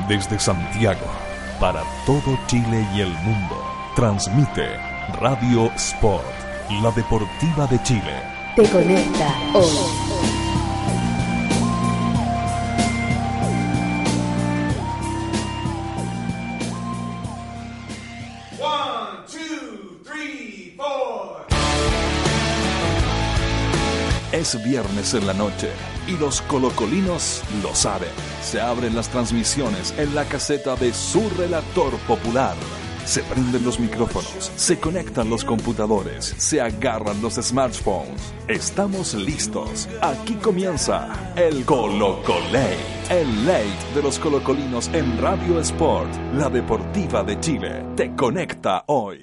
Desde Santiago, para todo Chile y el mundo, transmite Radio Sport, la deportiva de Chile. Te conecta hoy. Es viernes en la noche y los colocolinos lo saben. Se abren las transmisiones en la caseta de su relator popular. Se prenden los micrófonos, se conectan los computadores, se agarran los smartphones. Estamos listos. Aquí comienza el Colocolate, el late de los colocolinos en Radio Sport, la deportiva de Chile. Te conecta hoy.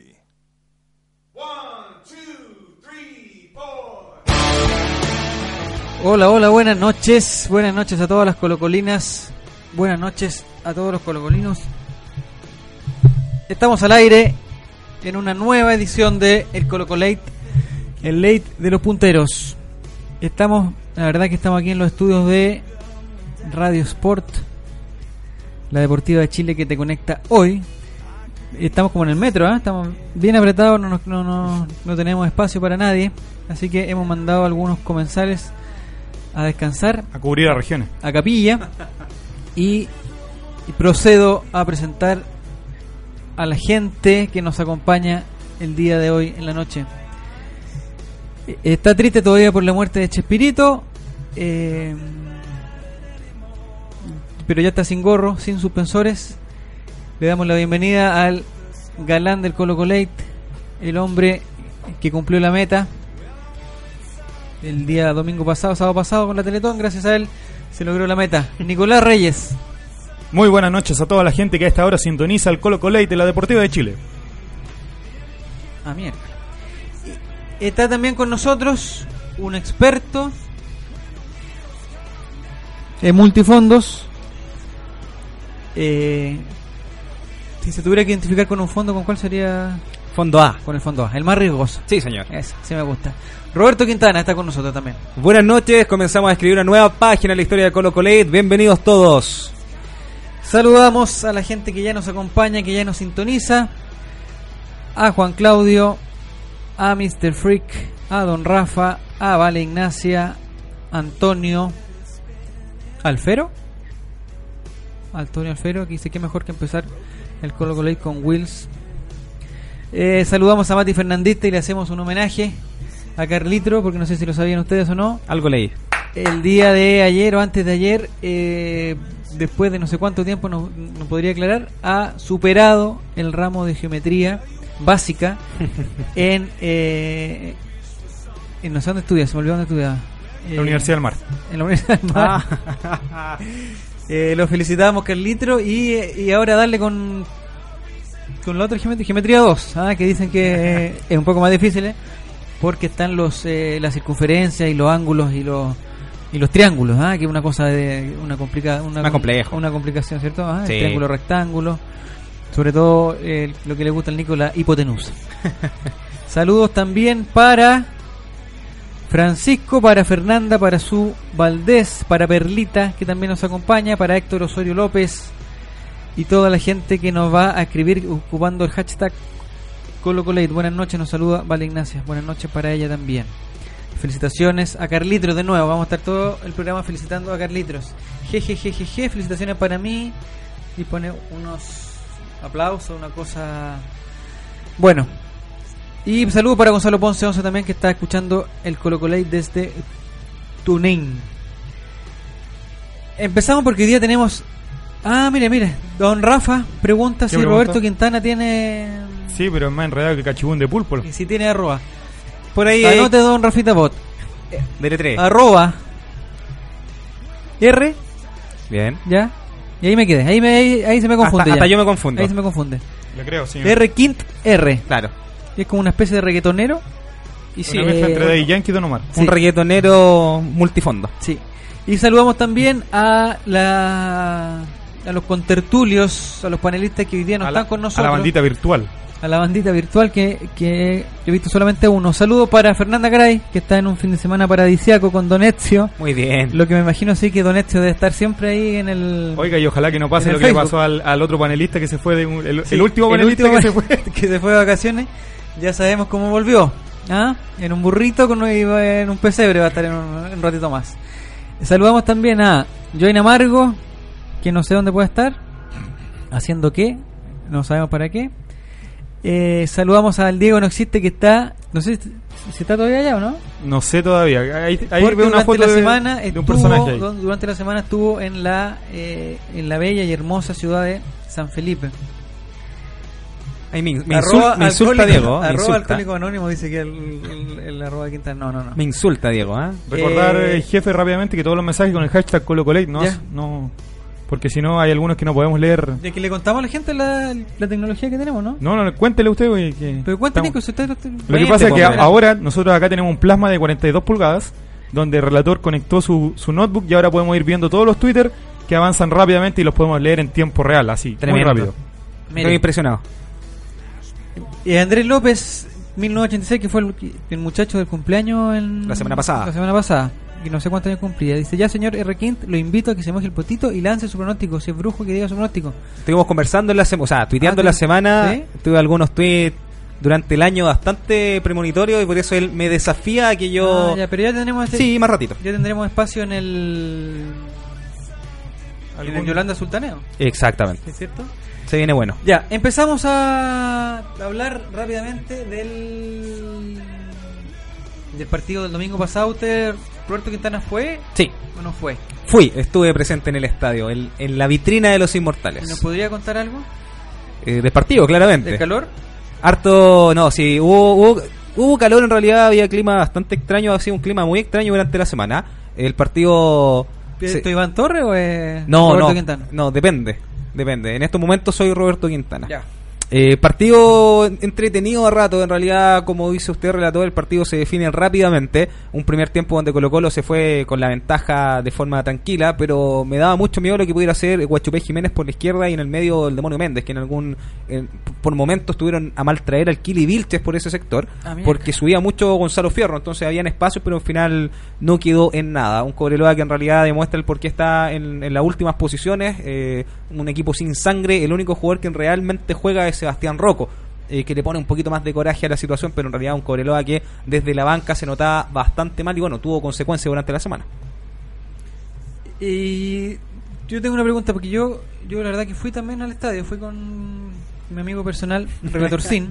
Hola, hola, buenas noches a todas las colocolinas, buenas noches a todos los colocolinos. Estamos al aire en una nueva edición de el Colocolate, el late de los punteros. La verdad que estamos aquí en los estudios de Radio Sport, la deportiva de Chile que te conecta hoy. Estamos como en el metro, estamos bien apretados, no tenemos espacio para nadie, así que hemos mandado algunos comensales a descansar, a cubrir a regiones, a capilla, y procedo a presentar a la gente que nos acompaña el día de hoy en la noche. Está triste todavía por la muerte de Chespirito, pero ya está sin gorro, sin suspensores. Le damos la bienvenida al galán del Colocolate, el hombre que cumplió la meta el día sábado pasado con la Teletón. Gracias a él se logró la meta. Nicolás Reyes. Muy buenas noches a toda la gente que a esta hora sintoniza el Colocolate, la deportiva de Chile. Mierda. Está también con nosotros un experto en multifondos. Si se tuviera que identificar con un fondo, ¿con cuál sería? Fondo A. Con el fondo A, el más riesgoso. Sí, señor. Eso, sí me gusta. Roberto Quintana está con nosotros también. Buenas noches, comenzamos a escribir una nueva página en la historia de Colocolate. Bienvenidos todos. Saludamos a la gente que ya nos acompaña, que ya nos sintoniza. A Juan Claudio, a Mr. Freak, a Don Rafa, a Vale Ignacia, Antonio Alfero, que dice que mejor que empezar el Colocolate con Wills. Saludamos a Mati Fernandista y le hacemos un homenaje a Carlitro, porque no sé si lo sabían ustedes o no. Algo leí. El día de ayer o antes de ayer, después de no sé cuánto tiempo, no podría aclarar, ha superado el ramo de geometría básica en no sé dónde estudia, se me olvidó dónde estudiaba. La Universidad del Mar. En la Universidad del Mar. Lo felicitamos, Carlitro, y ahora darle con la otra geometría 2, que dicen que es un poco más difícil, porque están las circunferencias y los ángulos y los triángulos, que es una cosa de una complicación, ¿cierto? Sí. El triángulo rectángulo, sobre todo lo que le gusta al Nico, la hipotenusa. Saludos también para Francisco, para Fernanda, para Su Valdés, para Perlita, que también nos acompaña, para Héctor Osorio López y toda la gente que nos va a escribir ocupando el hashtag Colocolate. Buenas noches, nos saluda Vale Ignacia. Buenas noches para ella también. Felicitaciones a Carlitos de nuevo. Vamos a estar todo el programa felicitando a Carlitos. Jejejeje, felicitaciones para mí. Y pone unos aplausos, una cosa. Bueno. Y saludo para Gonzalo Ponce 11 también, que está escuchando el Colocolate desde TuneIn. Empezamos porque hoy día tenemos. Mire, Don Rafa pregunta si Roberto Quintana tiene. Sí, pero es más enredado que cachibún de pulpo. Y si tiene arroba. Por ahí. Anote Don Rafita Bot. Dele Arroba R. Bien. Ya. Y ahí me quedé. Ahí se me confunde. Hasta yo me confundo. Ahí se me confunde. Le creo, señor. R Quint R. Claro. Es como una especie de reggaetonero. Y sí, una mezcla entre Daddy Yankee y Don Omar. Sí. Un reggaetonero multifondo. Sí. Y saludamos también a los contertulios, a los panelistas que hoy día no están con nosotros. A la bandita virtual. a la bandita virtual que he visto solamente uno. Saludos para Fernanda Caray, que está en un fin de semana paradisiaco con Don Ezio. Muy bien. Lo que me imagino sí que Don Ezio debe estar siempre ahí en el... Oiga, y ojalá que no pase en lo el que le Facebook. pasó al otro panelista que se fue de Sí, el último panelista que se fue. que se fue de vacaciones. Ya sabemos cómo volvió. ¿Ah? En un burrito, en un pesebre va a estar en un ratito más. Saludamos también a Join Amargo, que no sé dónde puede estar. ¿Haciendo qué? No sabemos para qué. Saludamos al Diego No Existe, que está... No sé si está todavía allá o no. No sé todavía. Ahí Porque veo una foto de un personaje ahí. Durante la semana estuvo en la bella y hermosa ciudad de San Felipe. Ahí me Arroba insulta alcohólico- Diego. Me Arroba insulta. Alcohólico Anónimo dice que el arroba de Quintana. No. Me insulta Diego, ¿eh? Recordar, jefe, rápidamente que todos los mensajes con el hashtag ColoColate, Ya. no, porque si no hay algunos que no podemos leer. De que le contamos a la gente la tecnología que tenemos, ¿no? No, cuéntele usted, güey. Pero cuéntenme que estamos- usted... Lo que pasa es que ahora nosotros acá tenemos un plasma de 42 pulgadas, donde el relator conectó su notebook y ahora podemos ir viendo todos los Twitter que avanzan rápidamente y los podemos leer en tiempo real, así, Tremendo. muy rápido. Estoy impresionado. Andrés López, 1986, que fue el muchacho del cumpleaños La semana pasada. La semana pasada. Y no sé cuántos años cumplía. Dice, ya señor R. Quint, lo invito a que se moje el potito y lance su pronóstico. Si es brujo, que diga su pronóstico. Estuvimos conversando en la semana, o sea, tuiteando Ah, en la semana. ¿sí? Tuve algunos tweets durante el año bastante premonitorios y por eso él me desafía a que yo... Ya, pero ya tendremos Sí, más ratito. ya tendremos espacio en el Yolanda Sultaneo, Exactamente. ¿es cierto? Se viene bueno. Ya, empezamos a hablar rápidamente del partido del domingo pasado. ¿Usted, Roberto Quintana, fue Sí, o no fue? estuve presente en el estadio, en la vitrina de los Inmortales. ¿Nos podría contar algo Del partido, claramente. del calor? Harto, no, sí, hubo calor, en realidad había clima bastante extraño, ha sido un clima muy extraño durante la semana. El partido... ¿Esto Iván Torres o es No, Roberto no, Quintana? no, depende. En estos momentos soy Roberto Quintana. Ya. Partido entretenido a rato, en realidad, como dice usted, relator, el partido se define rápidamente. Un primer tiempo donde Colo-Colo se fue con la ventaja de forma tranquila, pero me daba mucho miedo lo que pudiera hacer Guachupé Jiménez por la izquierda y en el medio el Demonio Méndez, que por momentos estuvieron a mal traer al Kili Vilches por ese sector, porque subía mucho Gonzalo Fierro, entonces habían espacios, pero al final no quedó en nada. Un Cobreloa que en realidad demuestra el por qué está en las últimas posiciones, un equipo sin sangre. El único jugador que realmente juega es Sebastián Rocco, que le pone un poquito más de coraje a la situación, pero en realidad un Cobreloa que desde la banca se notaba bastante mal y bueno, tuvo consecuencias durante la semana. Y yo tengo una pregunta, porque yo la verdad que fui también al estadio, fui con mi amigo personal, Relator Sin.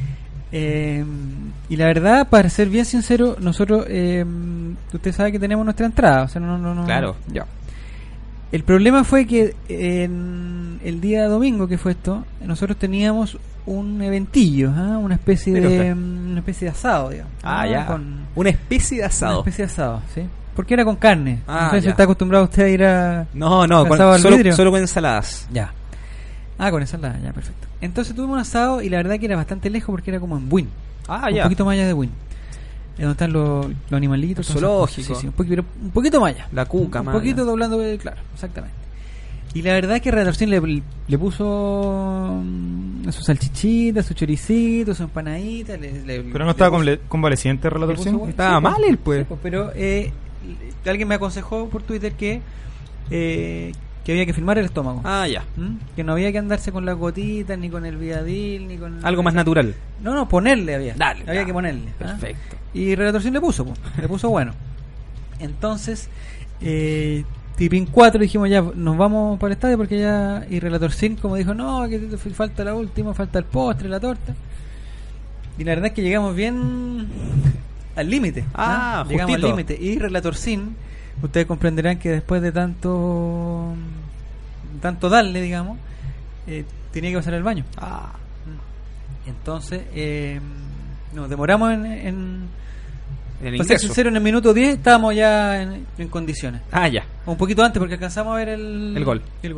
Y la verdad, para ser bien sincero, nosotros, usted sabe que tenemos nuestra entrada, o sea, no. Claro. Ya. El problema fue que en el día domingo que fue esto, nosotros teníamos un eventillo, una especie de asado, digamos. Ya. Una especie de asado. Una especie de asado, sí. Porque era con carne. No sé si ya. está acostumbrado usted a ir a... No, asado al vidrio. solo con ensaladas. Ya. Con ensalada, ya, perfecto. Entonces tuvimos un asado y la verdad que era bastante lejos porque era como en Buin. Un poquito más allá de Buin. Donde están los animalitos. Zoológico. Sí, un poquito más allá. La cuca, un más poquito allá. doblando, claro, exactamente. Y la verdad que Redacción le puso sus salchichitas, su choricito, su empanadita. Pero no estaba convaleciente, relator. le puso- Estaba mal él, pues. Sí, pero alguien me aconsejó por Twitter que había que filmar el estómago. Ya. Que no había que andarse con las gotitas, ni con el Viadil, ni con... Algo más natural. No, ponerle había. Dale, había que ponerle. Perfecto. Y Relatorcín le puso bueno. Entonces, Tipín 4 dijimos ya, nos vamos para el estadio porque ya... Y Relatorcín como dijo, no, que falta la última, falta el postre, la torta. Y la verdad es que llegamos bien al límite. Llegamos al justito. límite. Y Relatorcín, ustedes comprenderán que después de tanto darle, digamos, tenía que pasar al baño. Entonces, nos demoramos en El para ser ingreso. sincero, en el minuto 10 estábamos ya en condiciones. Ya. Un poquito antes porque alcanzamos a ver el gol.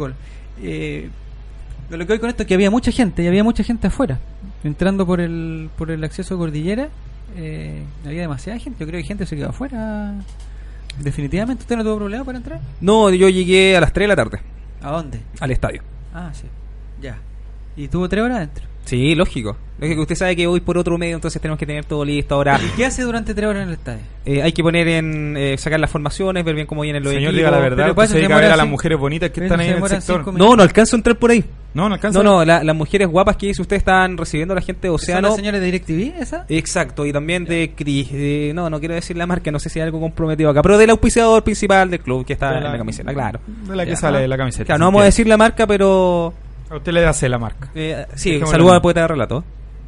Lo que hoy con esto es que había mucha gente, y había mucha gente afuera. Entrando por el acceso a Cordillera, había demasiada gente. Yo creo que gente se quedó afuera. Definitivamente. ¿Usted no tuvo problema para entrar? No, yo llegué a las 3 de la tarde ¿A dónde? al estadio. Sí. Ya. ¿Y tuvo 3 horas adentro? Sí, lógico. Lógico, usted sabe que voy por otro medio, entonces tenemos que tener todo listo ahora. ¿Y qué hace durante 3 horas en el estadio? Hay que poner sacar las formaciones, ver bien cómo vienen los Señor, equipos. diga la verdad, Pero usted pasa, se dedica se a ver a demora las cinco- mujeres bonitas que pero están se ahí en el demora sector. 5 minutos. No alcanzo a entrar por ahí. No alcanza. No, las mujeres guapas que dice usted están recibiendo a la gente de ¿Son Océano. las señores de DirecTV esa? Exacto, y también de Cris. No quiero decir la marca, no sé si hay algo comprometido acá, pero del auspiciador principal del club que está De en la camiseta, claro. De la que Ya. sale de la camiseta. Claro, si no vamos a quiere. decir la marca, pero A usted le da C la marca. sí, Dejémoslo saludos en- al poeta de relato.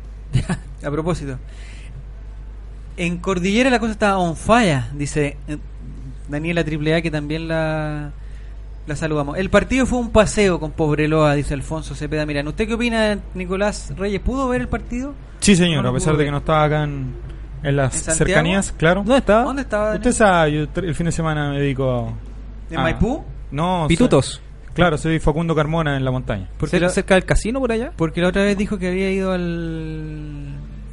A propósito. En Cordillera la cosa estaba on fire, dice Daniela AAA, que también la saludamos. El partido fue un paseo con Pobreloa, dice Alfonso Cepeda Mirán. ¿Usted qué opina, Nicolás Reyes? ¿Pudo ver el partido? Sí, señor, No, a pesar pudo de que ver. no estaba acá en las ¿En Santiago? cercanías, claro. ¿Dónde estaba? ¿Dónde estaba? Usted sabe, yo el fin de semana me dedico ¿En a... Maipú? No, Pitutos. claro, soy Facundo Carmona en la montaña. Porque Cerca del casino por allá. Porque la otra vez dijo que había ido al...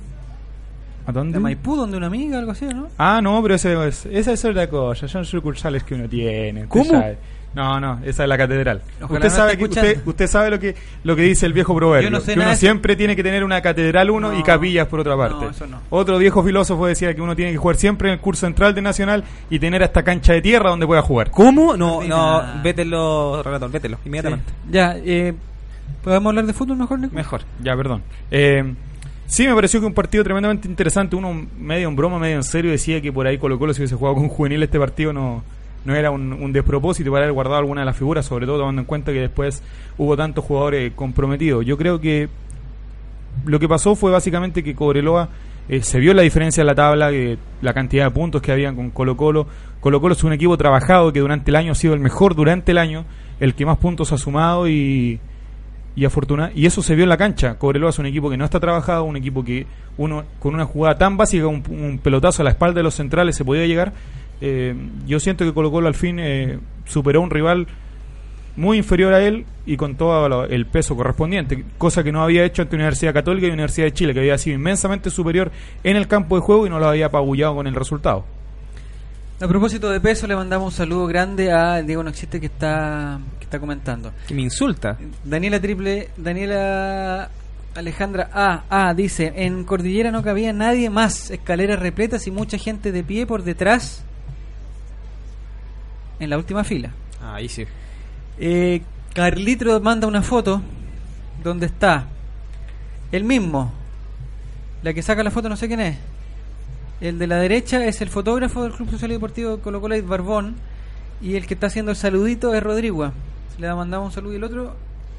¿A dónde? de Maipú, donde una amiga, algo así, ¿no? Ah, no, pero esa es otra cosa. Son sucursales que uno tiene. usted ¿Cómo? sabe. No, esa es la catedral. Ojalá Usted no sabe esté que escuchando. usted sabe lo que dice el viejo proverbio, Yo no sé que nada uno de eso. siempre tiene que tener una catedral uno No. y capillas por otra parte. No, eso no. Otro viejo filósofo decía que uno tiene que jugar siempre en el curso central de Nacional y tener hasta cancha de tierra donde pueda jugar. ¿Cómo? No, Mira. vételo, relator, vételo, inmediatamente. Sí. Ya, ¿podemos hablar de fútbol mejor, Nico? Mejor. Ya, perdón. Sí, me pareció que un partido tremendamente interesante. Uno medio en broma, medio en serio, decía que por ahí Colo-Colo, si hubiese jugado con juvenil este partido, no era un despropósito para haber guardado alguna de las figuras, sobre todo tomando en cuenta que después hubo tantos jugadores comprometidos. Yo creo que lo que pasó fue básicamente que Cobreloa se vio la diferencia en la tabla, la cantidad de puntos que habían con Colo-Colo. Colo-Colo es un equipo trabajado que durante el año ha sido el mejor durante el año, el que más puntos ha sumado y eso se vio en la cancha. Cobreloa es un equipo que no está trabajado, un equipo que uno con una jugada tan básica, un pelotazo a la espalda de los centrales se podía llegar. Yo siento que Colo-Colo al fin superó a un rival muy inferior a él y con todo el peso correspondiente, cosa que no había hecho ante Universidad Católica y Universidad de Chile, que había sido inmensamente superior en el campo de juego y no lo había apabullado con el resultado. A propósito de peso, le mandamos un saludo grande a Diego No Existe, que está comentando. Que me insulta. Daniela Alejandra dice: en Cordillera no cabía nadie más, escaleras repletas y mucha gente de pie por detrás en la última fila. Ahí sí. Carlitro manda una foto donde está el mismo, la que saca la foto, no sé quién es. El de la derecha es el fotógrafo del Club Social y Deportivo Colo-Colo, Barbón, y el que está haciendo el saludito es Rodrigo. Le mandamos un saludo. Y el otro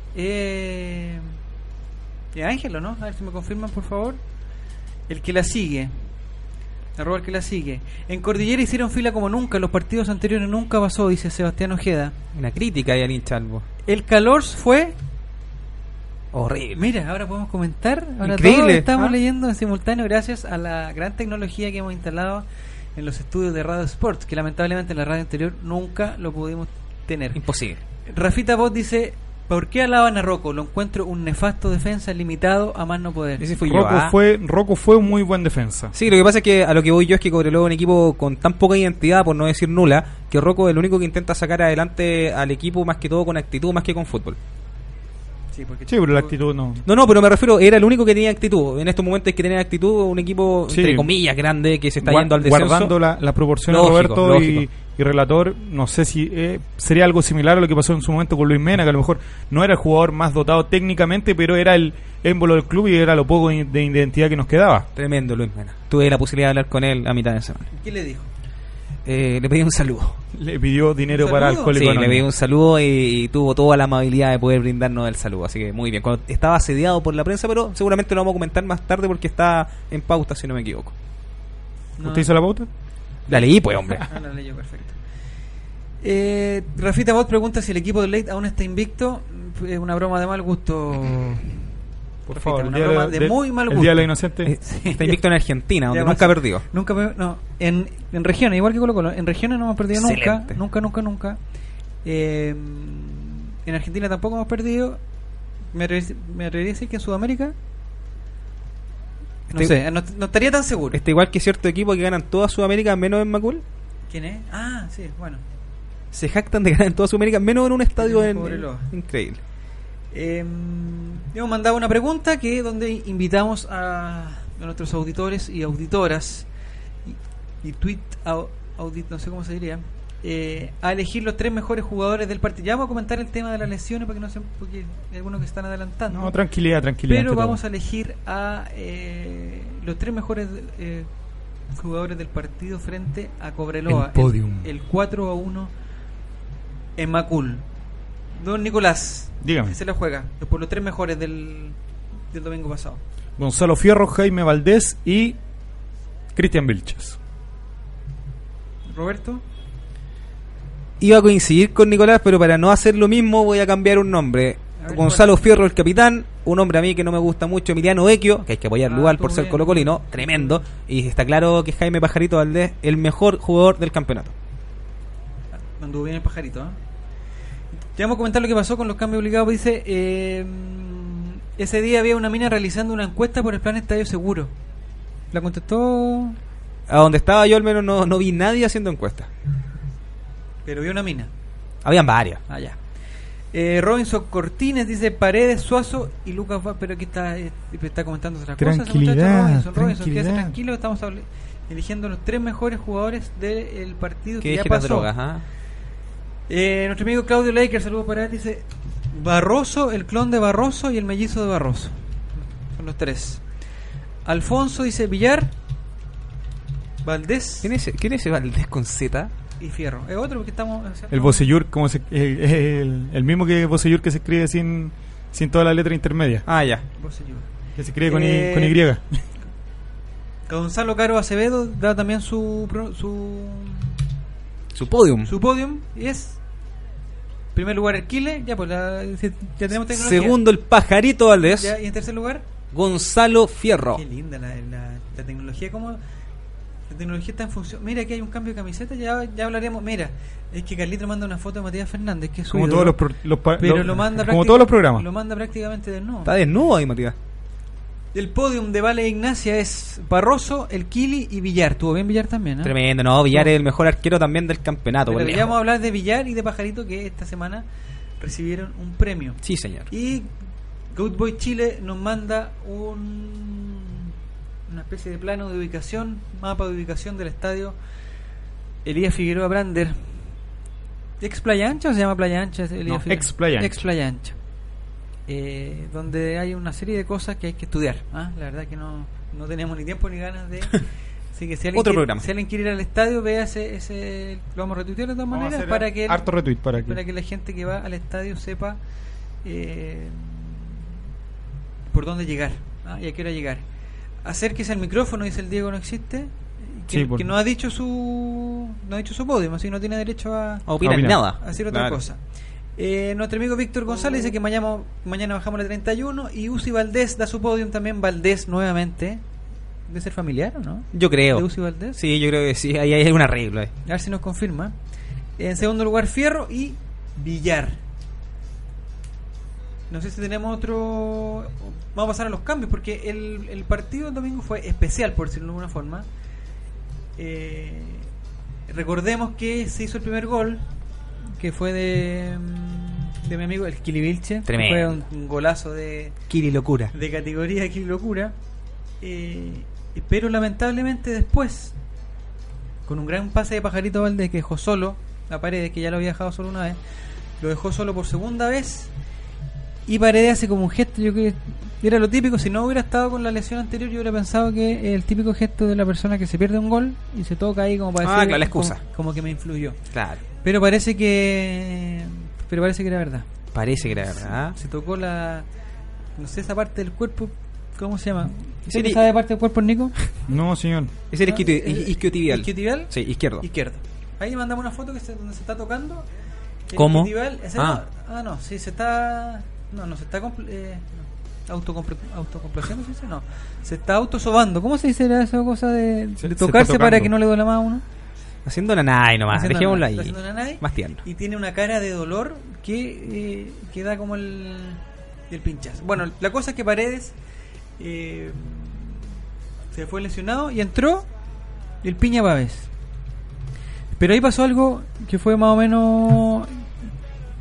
es Ángelo, ¿no? A ver si me confirman, por favor. El que la sigue, el que la sigue. En Cordillera hicieron fila como nunca, los partidos anteriores nunca pasó, dice Sebastián Ojeda. Una crítica ahí al hinchalvo. El calor fue Horrible. Mira, ahora podemos comentar. Ahora Increíble. todos estamos ¿Ah? leyendo en simultáneo gracias a la gran tecnología que hemos instalado en los estudios de Radio Sports, que lamentablemente en la radio anterior nunca lo pudimos tener. Imposible. Rafita Bot dice: ¿por qué alaban a Rocco? Lo encuentro un nefasto defensa limitado a más no poder. Ese fui yo. Rocco fue un muy buen defensa. Sí, lo que pasa es que a lo que voy yo es que Cobreloa es un equipo con tan poca identidad, por no decir nula, que Rocco es el único que intenta sacar adelante al equipo más que todo con actitud, más que con fútbol. Sí, pero la actitud no. No, pero me refiero, era el único que tenía actitud. En estos momentos hay que tener actitud, un equipo, Sí. entre comillas, grande, que se está yendo al descenso. Guardando las proporciones, Lógico, Roberto lógico. Y relator, no sé si sería algo similar a lo que pasó en su momento con Luis Mena, que a lo mejor no era el jugador más dotado técnicamente, pero era el émbolo del club y era lo poco de identidad que nos quedaba. Tremendo Luis Mena. Tuve la posibilidad de hablar con él a mitad de semana. ¿Qué le dijo? Le pedí un saludo. Le pidió dinero ¿Un para saludo? Alcohólico Sí, le Anónimo. pedí un saludo y tuvo toda la amabilidad de poder brindarnos el saludo. Así que muy bien. Cuando estaba asediado por la prensa, pero seguramente lo vamos a comentar más tarde porque está en pauta, si no me equivoco. No. ¿Usted hizo la pauta? La leí, pues, hombre. Ah, la leyó, perfecto. Rafita Bot pregunta si el equipo de Late aún está invicto. Es una broma de mal gusto. Por Rafita, favor, una broma de muy mal El gusto. Día de la Inocente. Está invicto en Argentina, donde Ya, nunca más- perdió. No, en regiones, igual que Colo-Colo, en regiones no hemos perdido Excelente. nunca. En Argentina tampoco hemos perdido. Me atrevería a decir que en Sudamérica no sé, no estaría tan seguro. Está igual que cierto equipo que ganan toda Sudamérica menos en Macul. ¿Quién es? Ah, sí, bueno. Se jactan de ganar en toda Sudamérica menos en un estadio Sí, en Cobreloa. increíble. Hemos mandado una pregunta donde invitamos a nuestros auditores y auditoras y no sé cómo se diría, a elegir los 3 mejores jugadores del partido. Ya vamos a comentar el tema de las lesiones porque hay algunos que están adelantando. No, tranquilidad. Pero vamos a elegir a los 3 mejores jugadores del partido frente a Cobreloa. El podium. El 4-1 en Macul. Don Nicolás, dígame. ¿qué se la juega? Por los 3 mejores del domingo pasado. Gonzalo Fierro, Jaime Valdés y Cristian Vilches. Roberto. Iba a coincidir con Nicolás, pero para no hacer lo mismo voy a cambiar un nombre. Gonzalo Fierro, el capitán. Un hombre a mí que no me gusta mucho, Emiliano Vecchio, que hay que apoyarlo igual por ser colocolino, tremendo. Y está claro que Jaime Pajarito Valdés, el mejor jugador del campeonato. Anduvo bien el Pajarito, ¿eh? Ya vamos a comentar lo que pasó con los cambios obligados. Dice, ese día había una mina realizando una encuesta por el plan Estadio Seguro. ¿La contestó? A donde estaba yo al menos no vi nadie haciendo encuestas. Pero vio una mina. Habían varias. Ya. Robinson Cortines dice Paredes, Suazo y Lucas pero aquí está comentando otras cosas. Robinson, quédese tranquilo, estamos eligiendo los 3 mejores jugadores del partido que ya pasó. Drogas, ¿ah? Nuestro amigo Claudio Laker, saludos para él, dice Barroso, el clon de Barroso y el mellizo de Barroso. Son los 3. Alfonso dice Villar, Valdés. ¿Quién es ese Valdés con Z? Y Fierro. Es otro porque estamos... El Bocellur, el mismo que Bocellur que se escribe sin toda la letra intermedia. Ya. Bocellur. Que se escribe con Y. Gonzalo Caro Acevedo da también su podium. Su podium y es primer lugar el Kile, ya tenemos tecnología. Segundo el Pajarito Valdés. Ya, y en tercer lugar Gonzalo Fierro. Qué linda la tecnología, como la tecnología está en función. Mira, aquí hay un cambio de camiseta, ya hablaríamos. Mira, es que Carlito manda una foto de Matías Fernández, que es como todos lo manda como todos los programas. Lo manda prácticamente desnudo. Está desnudo ahí, Matías. El podium de Vale Ignacia es Barroso, el Kili y Villar. Tuvo bien Villar también, ¿eh? Tremendo, no, Villar es el mejor arquero también del campeonato. Pero ya vamos a hablar de Villar y de Pajarito, que esta semana recibieron un premio. Sí, señor. Y Good Boy Chile nos manda una especie de plano de ubicación, mapa de ubicación del estadio Elías Figueroa Brander. ¿Ex Playa Ancha o se llama Playa Ancha? Ex Playa Ancha. Ex Playa Ancha. Donde hay una serie de cosas que hay que estudiar. La verdad que no tenemos ni tiempo ni ganas de... Así que si alguien quiere ir al estadio, vea ese lo vamos a retuitear de todas maneras para que harto retweet para que la gente que va al estadio sepa por dónde llegar y a qué hora llegar. Acérquese al micrófono, dice el Diego, no existe. Que no ha dicho su podio, así no tiene derecho a opinar nada, a decir otra cosa. Nuestro amigo Víctor González dice que mañana bajamos la 31 y Uzi Valdés da su podium también. Valdés nuevamente. ¿Debe ser familiar o no? Yo creo. ¿De Uzi Valdés? Sí, yo creo que sí, ahí hay un arreglo. A ver si nos confirma. En segundo lugar Fierro y Villar. No sé si tenemos otro... Vamos a pasar a los cambios porque el partido del domingo fue especial, por decirlo de alguna forma. Recordemos que se hizo el primer gol, que fue de mi amigo el Kili Vilche. Tremendo. Fue un golazo de Kili Locura, de categoría Kili Locura. Pero lamentablemente después, con un gran pase de Pajarito Valdés, que dejó solo a Paredes, que ya lo había dejado solo una vez, lo dejó solo por segunda vez, y Paredes hace como un gesto, yo creo que era lo típico. Si no hubiera estado con la lesión anterior, yo hubiera pensado que el típico gesto de la persona que se pierde un gol y se toca ahí como para decir, claro, la excusa. Como que me influyó. Claro. Pero parece que era verdad. Parece que era verdad. Se tocó no sé, esa parte del cuerpo, ¿cómo se llama? ¿Sí sabe parte del cuerpo, Nico? No, señor. Es el isquiotibial. ¿Isquiotibial? Sí, izquierdo. Ahí le mandamos una foto donde se está tocando. ¿Cómo? No, sí, se está... No se está autocomplaciendo, ¿se dice? No. Se está autosobando. ¿Cómo se dice esa cosa de tocarse para que no le duela más a uno? Haciendo nanay nomás, dejémoslo ahí. Más tierno. Y tiene una cara de dolor que da como el pinchazo. Bueno, la cosa es que Paredes se fue lesionado y entró el Piña Pavés. Pero ahí pasó algo que fue más o menos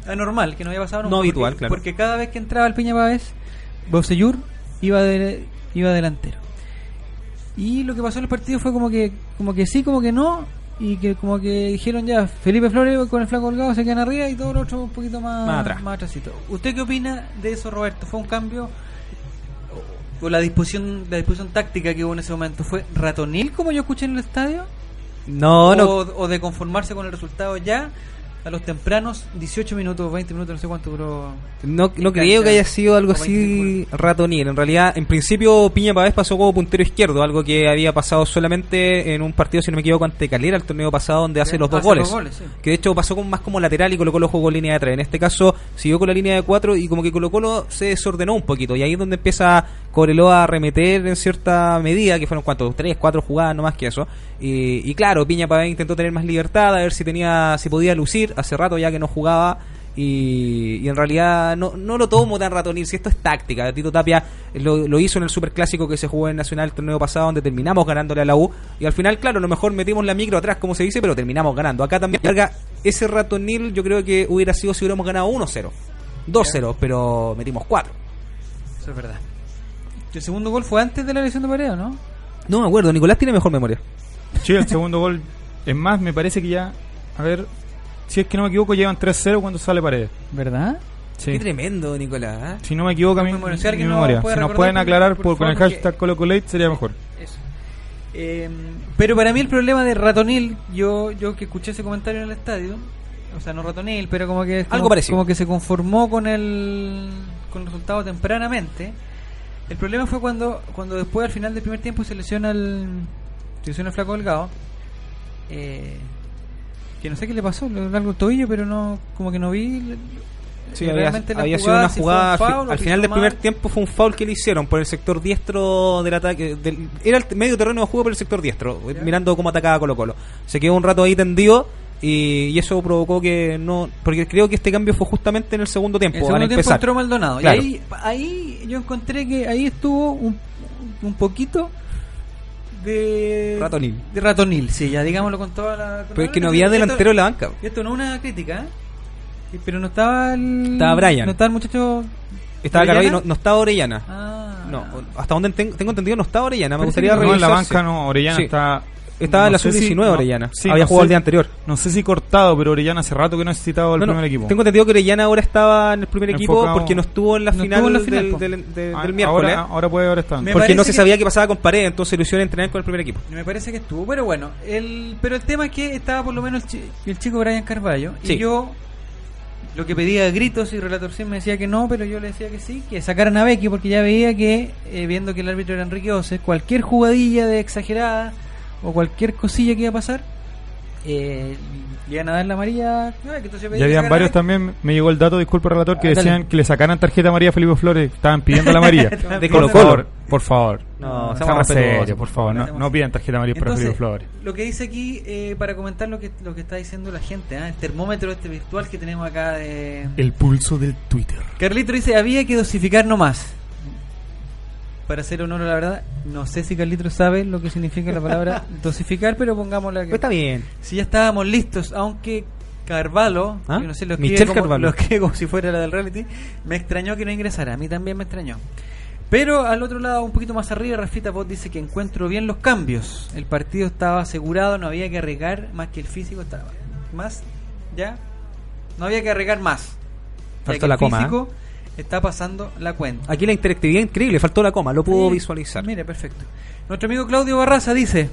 anormal, que no había pasado nunca. No habitual, porque, claro. Porque cada vez que entraba el Piña Pavés, Bocellur iba delantero. Y lo que pasó en el partido fue como que sí, como que no, y que como que dijeron ya, Felipe Flores con el Flaco Holgado se quedan arriba y todo lo otro un poquito más atrásito. ¿Usted qué opina de eso, Roberto? ¿Fue un cambio o la disposición táctica que hubo en ese momento fue ratonil, como yo escuché en el estadio? O de conformarse con el resultado ya a los tempranos 18 minutos, 20 minutos, no sé cuánto duró. No creo que haya sido algo así ratonil. En realidad, en principio, Piña Pavés pasó como puntero izquierdo, algo que había pasado solamente en un partido, si no me equivoco, ante Calera, el torneo pasado, donde hace los dos goles. Sí. Que de hecho pasó más como lateral y Colo-Colo jugó línea de 3. En este caso, siguió con la línea de 4 y como que Colo-Colo se desordenó un poquito. Y ahí es donde empieza Cobreloa a arremeter en cierta medida, que fueron 3, 4 jugadas, no más que eso. Y claro, Piña Pavés intentó tener más libertad, a ver si podía lucir. Hace rato ya que no jugaba y en realidad no lo tomo tan ratonil, si esto es táctica. Tito Tapia lo hizo en el superclásico que se jugó en Nacional el torneo pasado, donde terminamos ganándole a la U y al final, claro, a lo mejor metimos la micro atrás, como se dice, pero terminamos ganando. Acá también ese ratonil yo creo que hubiera sido si hubiéramos ganado 1-0, 2-0, pero metimos 4. Eso es verdad. ¿El segundo gol fue antes de la lesión de Paredes, no? No me acuerdo, Nicolás tiene mejor memoria. Sí, el segundo gol, es más, me parece que ya, a ver, si es que no me equivoco, llevan 3-0 cuando sale Paredes. ¿Verdad? Sí. Qué tremendo, Nicolás, ¿eh? Si no me equivoco, mi memoria. Si nos pueden aclarar con el hashtag ColoColate sería mejor. Eso. Pero para mí el problema de ratonil, yo que escuché ese comentario en el estadio, o sea, no ratonil, pero como que algo parecido, como que se conformó con el resultado tempranamente. El problema fue cuando después al final del primer tiempo se lesiona el Flaco Holgado, que no sé qué le pasó, le dio algo el tobillo, pero no, como que no vi. Sí, había sido una jugada al final del primer tiempo, fue un foul que le hicieron por el sector diestro del ataque, era el medio terreno de juego por el sector diestro, mirando cómo atacaba Colo-Colo. Se quedó un rato ahí tendido y eso provocó que no, porque creo que este cambio fue justamente en el segundo tiempo. En el segundo tiempo entró Maldonado, claro. Y ahí yo encontré que ahí estuvo un poquito de ratonil, sí, ya digámoslo con toda la. Pero es que no había delantero en la banca. Esto no es una crítica, pero no estaba estaba Brian. No estaba el muchacho. Estaba Carvalho, no estaba Orellana. No, hasta donde tengo entendido no estaba Orellana. Me gustaría revisar. No, en la revisar. banca no, Orellana está. Estaba en la sub-19 Orellana. Sí, había jugado el día anterior. No sé si cortado, pero Orellana hace rato que no ha necesitado el primer equipo. Tengo entendido que Orellana ahora estaba en el primer equipo porque no estuvo en la final del miércoles. Ahora puede haber estado. Porque no se sabía qué pasaba con Paredes, entonces lo hicieron entrenar con el primer equipo. Me parece que estuvo, pero bueno. Pero el tema es que estaba por lo menos el chico Brian Carvalho. Sí. Y yo lo que pedía a gritos y Relator Sim me decía que no, pero yo le decía que sí, que sacaran a Becky, porque ya veía que, viendo que el árbitro era Enrique Ose, cualquier jugadilla de exagerada o cualquier cosilla que iba a pasar, iban a dar la amarilla. Ya habían varios también, me llegó el dato, disculpe relator, que decían que le sacaran tarjeta amarilla a Felipe Flores, estaban pidiendo la amarilla. De Colo-Colo. Por favor. No, seamos serios, por favor, no pidan tarjeta amarilla para Felipe Flores. Lo que dice aquí, para comentar lo que está diciendo la gente, el termómetro virtual que tenemos acá de... El pulso del Twitter. Carlito dice, había que dosificar nomás. Para hacer honor a la verdad, no sé si Carlitos sabe lo que significa la palabra dosificar, pero pongámosla que... Pues está bien. Si ya estábamos listos, aunque Carvalho, yo no sé, lo escribe como si fuera la del reality, me extrañó que no ingresara, a mí también me extrañó. Pero al otro lado, un poquito más arriba, Rafita Bot dice que encuentro bien los cambios. El partido estaba asegurado, no había que arriesgar más que el físico estaba. Más, ya, no había que arriesgar más. Faltó la coma. Físico, está pasando la cuenta. Aquí la interactividad increíble, faltó la coma, lo puedo visualizar. Mire, perfecto. Nuestro amigo Claudio Barraza dice...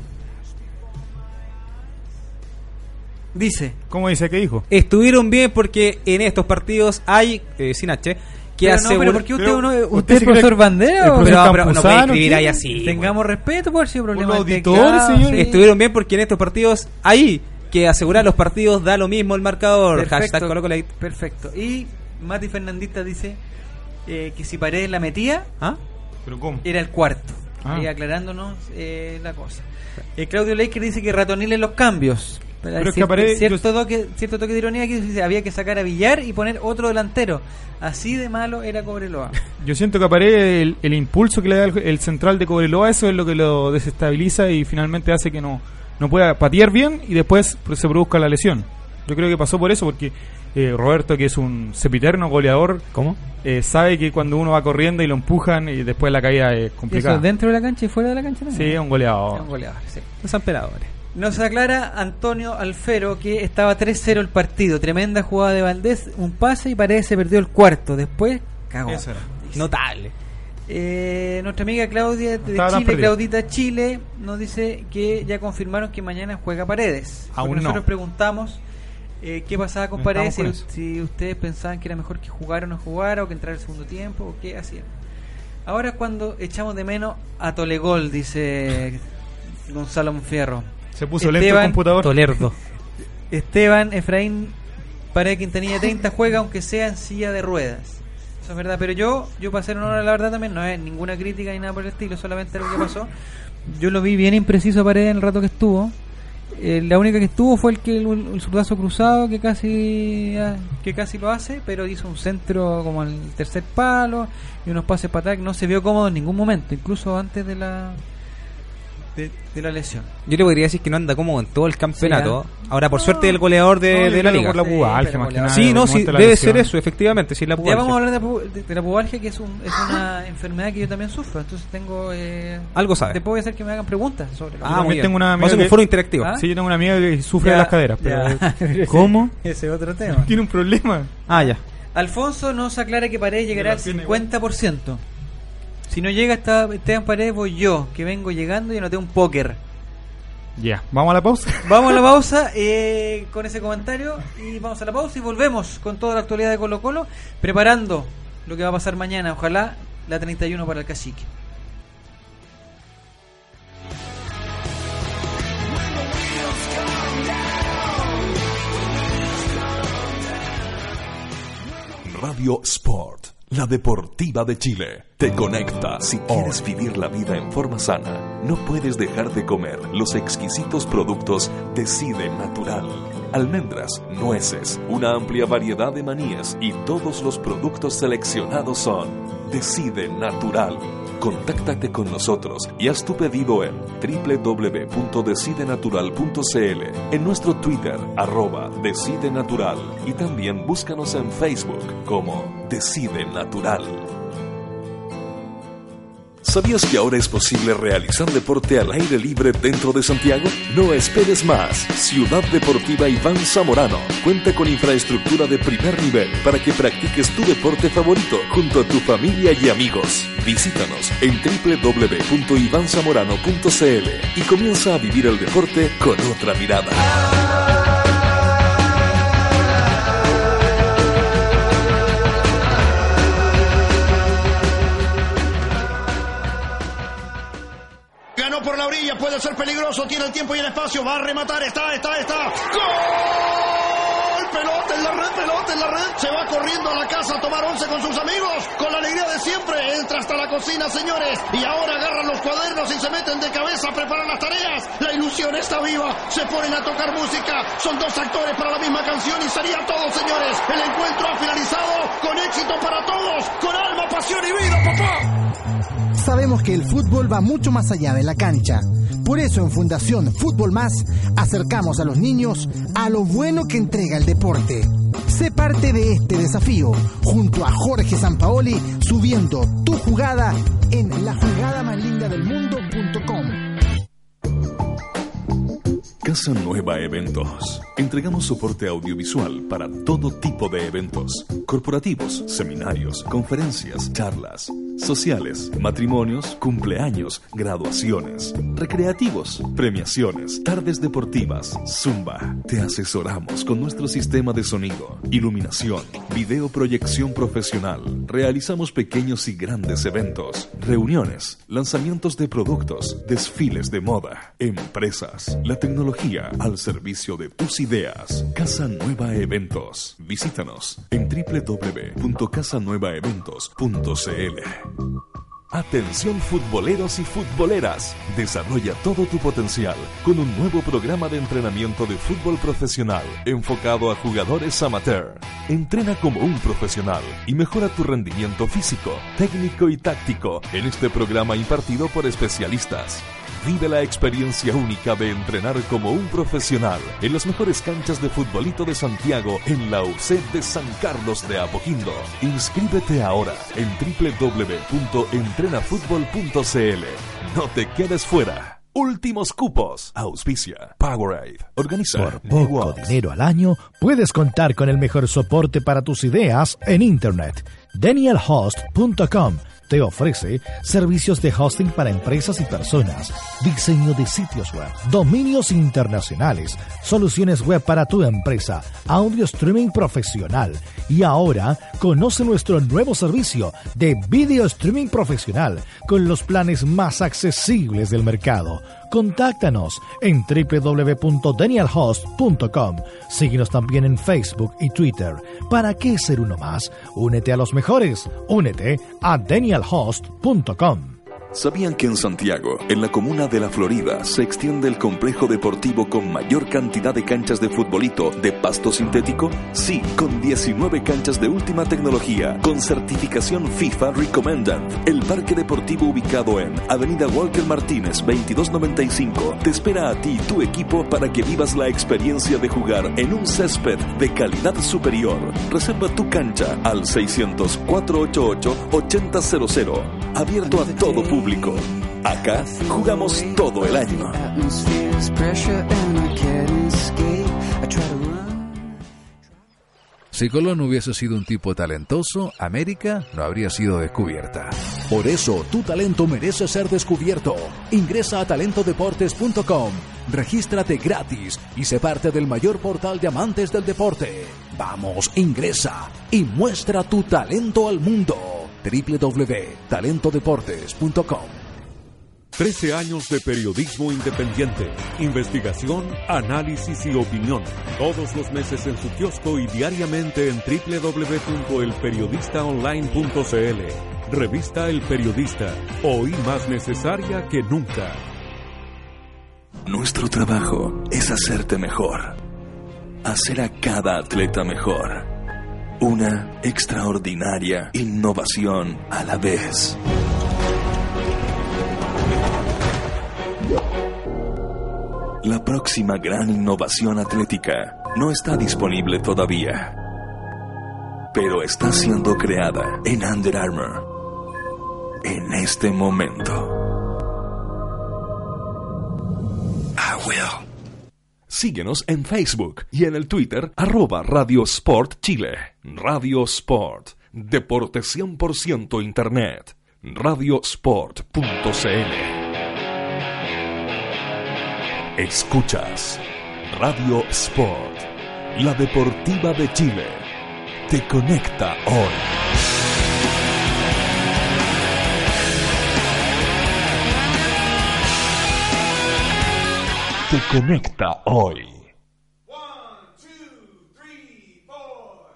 ¿Cómo dice? ¿Qué dijo? Estuvieron bien porque en estos partidos hay, sin H, que pero ¿por qué usted es profesor Bandera? Pero no puede escribir ahí así. Tengamos respeto por si hay problemas. Auditores, señor. Estuvieron bien porque en estos partidos hay que asegurar los partidos, da lo mismo el marcador. Perfecto, Hashtag ColoColate. Perfecto. Y Mati Fernandita dice que si Paredes la metía, ¿Pero cómo? era el cuarto. Ahí aclarándonos la cosa. Claudio Leiker dice que ratonil en los cambios. Pero es que Paredes, cierto toque de ironía que dice, había que sacar a Villar y poner otro delantero. Así de malo era Cobreloa. Yo siento que a Paredes el impulso que le da el central de Cobreloa, eso es lo que lo desestabiliza y finalmente hace que no pueda patear bien y después se produzca la lesión. Yo creo que pasó por eso, porque Roberto, que es un sempiterno goleador, ¿Cómo? sabe que cuando uno va corriendo y lo empujan y después la caída es complicada. ¿Eso dentro de la cancha y fuera de la cancha también? Sí, es un goleador. Es un goleador, sí. Los emperadores. Nos aclara Antonio Alfero que estaba 3-0 el partido. Tremenda jugada de Valdés, un pase y Paredes se perdió el cuarto. Después cagó. Eso era. Notable. Nuestra amiga Claudia de Estaba tan Chile, perdida. Claudita Chile, nos dice que ya confirmaron que mañana juega Paredes. Aún Porque nosotros no. preguntamos qué pasaba con No Paredes, estamos con si ustedes pensaban que era mejor que jugara o no jugara, o que entrara el segundo tiempo, o qué hacían. Ahora es cuando echamos de menos a Tolegol, dice Gonzalo Monfierro. Se puso lento el computador. Tolerdo. Esteban Efraín Paredes Quintanilla 30 juega aunque sea en silla de ruedas. Eso es verdad, pero yo para hacer honor a la verdad también, no es ninguna crítica ni nada por el estilo, solamente lo que pasó. Yo lo vi bien impreciso a Paredes en el rato que estuvo. La única que estuvo fue el zurdazo cruzado que casi lo hace, pero hizo un centro como al tercer palo y unos pases para atrás. No se vio cómodo en ningún momento, incluso antes de la lesión. Yo le podría decir que no anda cómodo en todo el campeonato. Sí, Ahora, por suerte, el goleador No, yo de la creo liga. por la Sí, pubalgia, pero más que goleador. nada. Sí, no, como sí, está la debe lesión. ser eso, efectivamente, sí, la Ya pubalgia. vamos a hablar de la pubalgia, que es una enfermedad que yo también sufro. Entonces tengo... Algo sabe. Después voy a hacer que me hagan preguntas sobre lo Ah, que- muy también bien. tengo una Vamos a amiga hacer un que- foro interactivo. ¿Ah? Sí, yo tengo una amiga que sufre Ya, de las caderas. ya. Pero ¿cómo? Ese es otro tema. Tiene un problema. Ah, ya. Alfonso nos aclara que Paredes llegará al la tiene 50%. Si no llega hasta Esteban Paredes, voy yo, que vengo llegando y anoté un póker. Ya, vamos a la pausa. Vamos a la pausa con ese comentario y vamos a la pausa y volvemos con toda la actualidad de Colo Colo, preparando lo que va a pasar mañana, ojalá la 31 para el Cacique. Radio Sport, la deportiva de Chile. Te conecta. Si quieres vivir la vida en forma sana, no puedes dejar de comer los exquisitos productos Decide Natural. Almendras, nueces, una amplia variedad de maníes y todos los productos seleccionados son Decide Natural. Contáctate con nosotros y haz tu pedido en www.decidenatural.cl, en nuestro Twitter, @DecideNatural, y también búscanos en Facebook como Decide Natural. ¿Sabías que ahora es posible realizar deporte al aire libre dentro de Santiago? No esperes más. Ciudad Deportiva Iván Zamorano cuenta con infraestructura de primer nivel para que practiques tu deporte favorito junto a tu familia y amigos. Visítanos en www.ivanzamorano.cl y comienza a vivir el deporte con otra mirada. Ganó por la orilla, puede ser peligroso, tiene el tiempo y el espacio, va a rematar, está. ¡Gol! Pelota en la red, se va corriendo a la casa a tomar 11 con sus amigos, con la alegría de siempre, entra hasta la cocina, señores, y ahora agarran los cuadernos y se meten de cabeza a preparar las tareas. La ilusión está viva, se ponen a tocar música, son dos actores para la misma canción y sería todo, señores. El encuentro ha finalizado con éxito para todos, con alma, pasión y vida, papá. Sabemos que el fútbol va mucho más allá de la cancha. Por eso en Fundación Fútbol Más acercamos a los niños a lo bueno que entrega el deporte. Sé parte de este desafío junto a Jorge Sampaoli, subiendo tu jugada en lajugadamalindadelmundo.com. Casa Nueva Eventos. Entregamos soporte audiovisual para todo tipo de eventos: corporativos, seminarios, conferencias, charlas, sociales, matrimonios, cumpleaños, graduaciones, recreativos, premiaciones, tardes deportivas, zumba. Te asesoramos con nuestro sistema de sonido, iluminación, videoproyección profesional. Realizamos pequeños y grandes eventos, reuniones, lanzamientos de productos, desfiles de moda, empresas, la tecnología al servicio de tus ideas. Casa Nueva Eventos. Visítanos en www.casanuevaeventos.cl. Atención futboleros y futboleras. Desarrolla todo tu potencial con un nuevo programa de entrenamiento de fútbol profesional enfocado a jugadores amateur. Entrena como un profesional y mejora tu rendimiento físico, técnico y táctico en este programa impartido por especialistas. Vive la experiencia única de entrenar como un profesional en las mejores canchas de futbolito de Santiago en la UC de San Carlos de Apoquindo. Inscríbete ahora en www.entrenafutbol.cl. No te quedes fuera. Últimos cupos. Auspicia Powerade. Organiza Por poco dinero al año puedes contar con el mejor soporte para tus ideas en Internet. DanielHost.com te ofrece servicios de hosting para empresas y personas, diseño de sitios web, dominios internacionales, soluciones web para tu empresa, audio streaming profesional. Y ahora conoce nuestro nuevo servicio de video streaming profesional con los planes más accesibles del mercado. Contáctanos en www.danielhost.com. Síguenos también en Facebook y Twitter. ¿Para qué ser uno más? Únete a los mejores. Únete a danielhost.com. ¿Sabían que en Santiago, en la comuna de La Florida, se extiende el complejo deportivo con mayor cantidad de canchas de futbolito de pasto sintético? Sí, con 19 canchas de última tecnología, con certificación FIFA Recommended. El parque deportivo ubicado en Avenida Walker Martínez 2295 te espera a ti y tu equipo para que vivas la experiencia de jugar en un césped de calidad superior. Reserva tu cancha al 600-488-8000. Abierto a todo público. Acá jugamos todo el año. Si Colón hubiese sido un tipo talentoso, América no habría sido descubierta. Por eso, tu talento merece ser descubierto. Ingresa a talentodeportes.com, regístrate gratis y sé parte del mayor portal de amantes del deporte. Vamos, ingresa y muestra tu talento al mundo. www.talentodeportes.com. 13 años de periodismo independiente, investigación, análisis y opinión. Todos los meses en su kiosco y diariamente en www.elperiodistaonline.cl. Revista El Periodista, hoy más necesaria que nunca. Nuestro trabajo es hacerte mejor. Hacer a cada atleta mejor. Una extraordinaria innovación a la vez. La próxima gran innovación atlética no está disponible todavía, pero está siendo creada en Under Armour en este momento. I will. Síguenos en Facebook y en el Twitter @Radio Sport Chile. Radio Sport, deporte 100% internet. Radiosport.cl. Escuchas Radio Sport, la deportiva de Chile. Te conecta hoy. Te conecta hoy. 1, 2, 3, 4.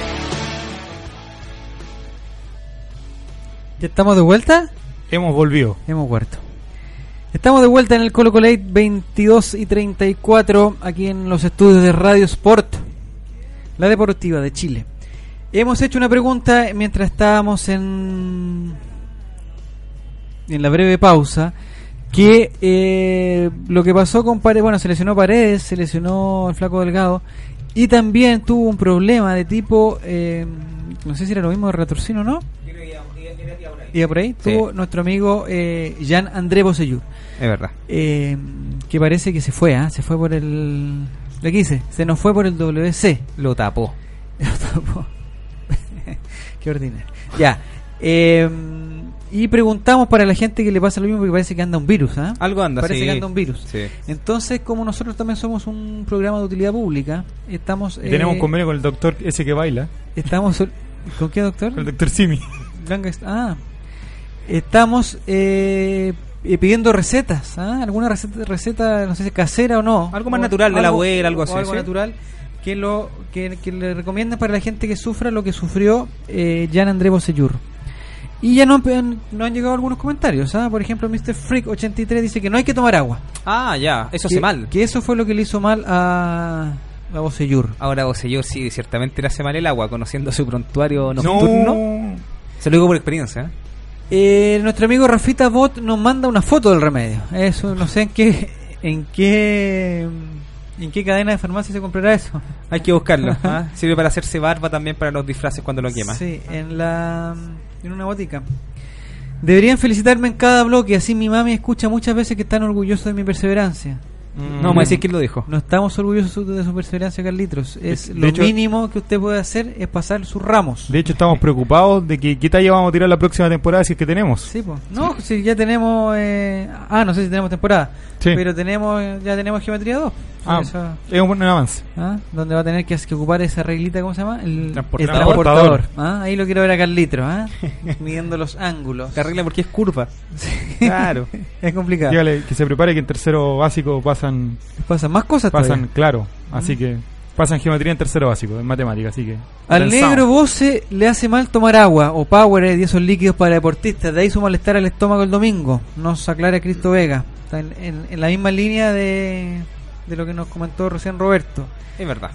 ¿Ya estamos de vuelta? Hemos volvido. Hemos vuelto. Estamos de vuelta en el Colo Colo 22:34 aquí en los estudios de Radio Sport, la deportiva de Chile. Hemos hecho una pregunta mientras estábamos en la breve pausa, que lo que pasó con Paredes, bueno, se lesionó Paredes, se lesionó el Flaco Delgado y también tuvo un problema de tipo, no sé si era lo mismo de Retorcino, ¿no? Iba por ahí, sí. Tuvo nuestro amigo Jean-André Bosellur. Es verdad. Que parece que se fue por el... ¿Le quise? Se nos fue por el WC. Lo tapó. Qué ordinario. Ya. Y preguntamos para la gente que le pasa lo mismo, porque parece que anda un virus, ¿ah? Algo anda, parece sí. que anda un virus. Sí. Entonces, como nosotros también somos un programa de utilidad pública, estamos... tenemos un convenio con el doctor ese que baila. Estamos... ¿Con qué doctor? Con el doctor Simi. Estamos pidiendo recetas, ¿ah? Alguna receta, no sé si casera o no. Algo más natural de la abuela, algo así. Algo natural que le recomiendan para la gente que sufra lo que sufrió Jean-André Bosellur. Y ya no han llegado algunos comentarios, ¿ah? Por ejemplo, Mr. Freak 83 dice que no hay que tomar agua. Ah, ya, eso hace mal. Que eso fue lo que le hizo mal a Bosellur. Ahora Bosellur sí, ciertamente le hace mal el agua, conociendo su prontuario nocturno. Se lo digo por experiencia, ¿eh? Nuestro amigo Rafita Bot nos manda una foto del remedio. Eso, no sé en qué cadena de farmacia se comprará eso. Hay que buscarlo. Sirve para hacerse barba también para los disfraces cuando lo quema. Sí, en una botica. Deberían felicitarme en cada bloque, así mi mami escucha muchas veces que están orgullosos de mi perseverancia. No, me decís quién lo dijo. No estamos orgullosos de su perseverancia, Carlitos. Lo hecho, mínimo que usted puede hacer es pasar sus ramos. De hecho, estamos preocupados de que qué talla vamos a tirar la próxima temporada, si es que tenemos. Sí, pues. No, si ya tenemos... no sé si tenemos temporada. Sí. Pero ya tenemos Geometría 2. Eso, es un buen avance. Donde va a tener que ocupar esa reglita, ¿cómo se llama? El transportador. Ahí lo quiero ver a Carlitos, midiendo los ángulos. Se arregla porque es curva. Sí. Claro. Es complicado. Dígale que se prepare, que en tercero básico pasan más cosas todavía. Claro, así que pasan geometría en tercero básico, en matemática, así que... Al negro Voce le hace mal tomar agua o Powerade y esos líquidos para deportistas, de ahí su malestar al estómago el domingo, nos aclara Cristo Vega. Está en la misma línea de lo que nos comentó recién Roberto. Es verdad.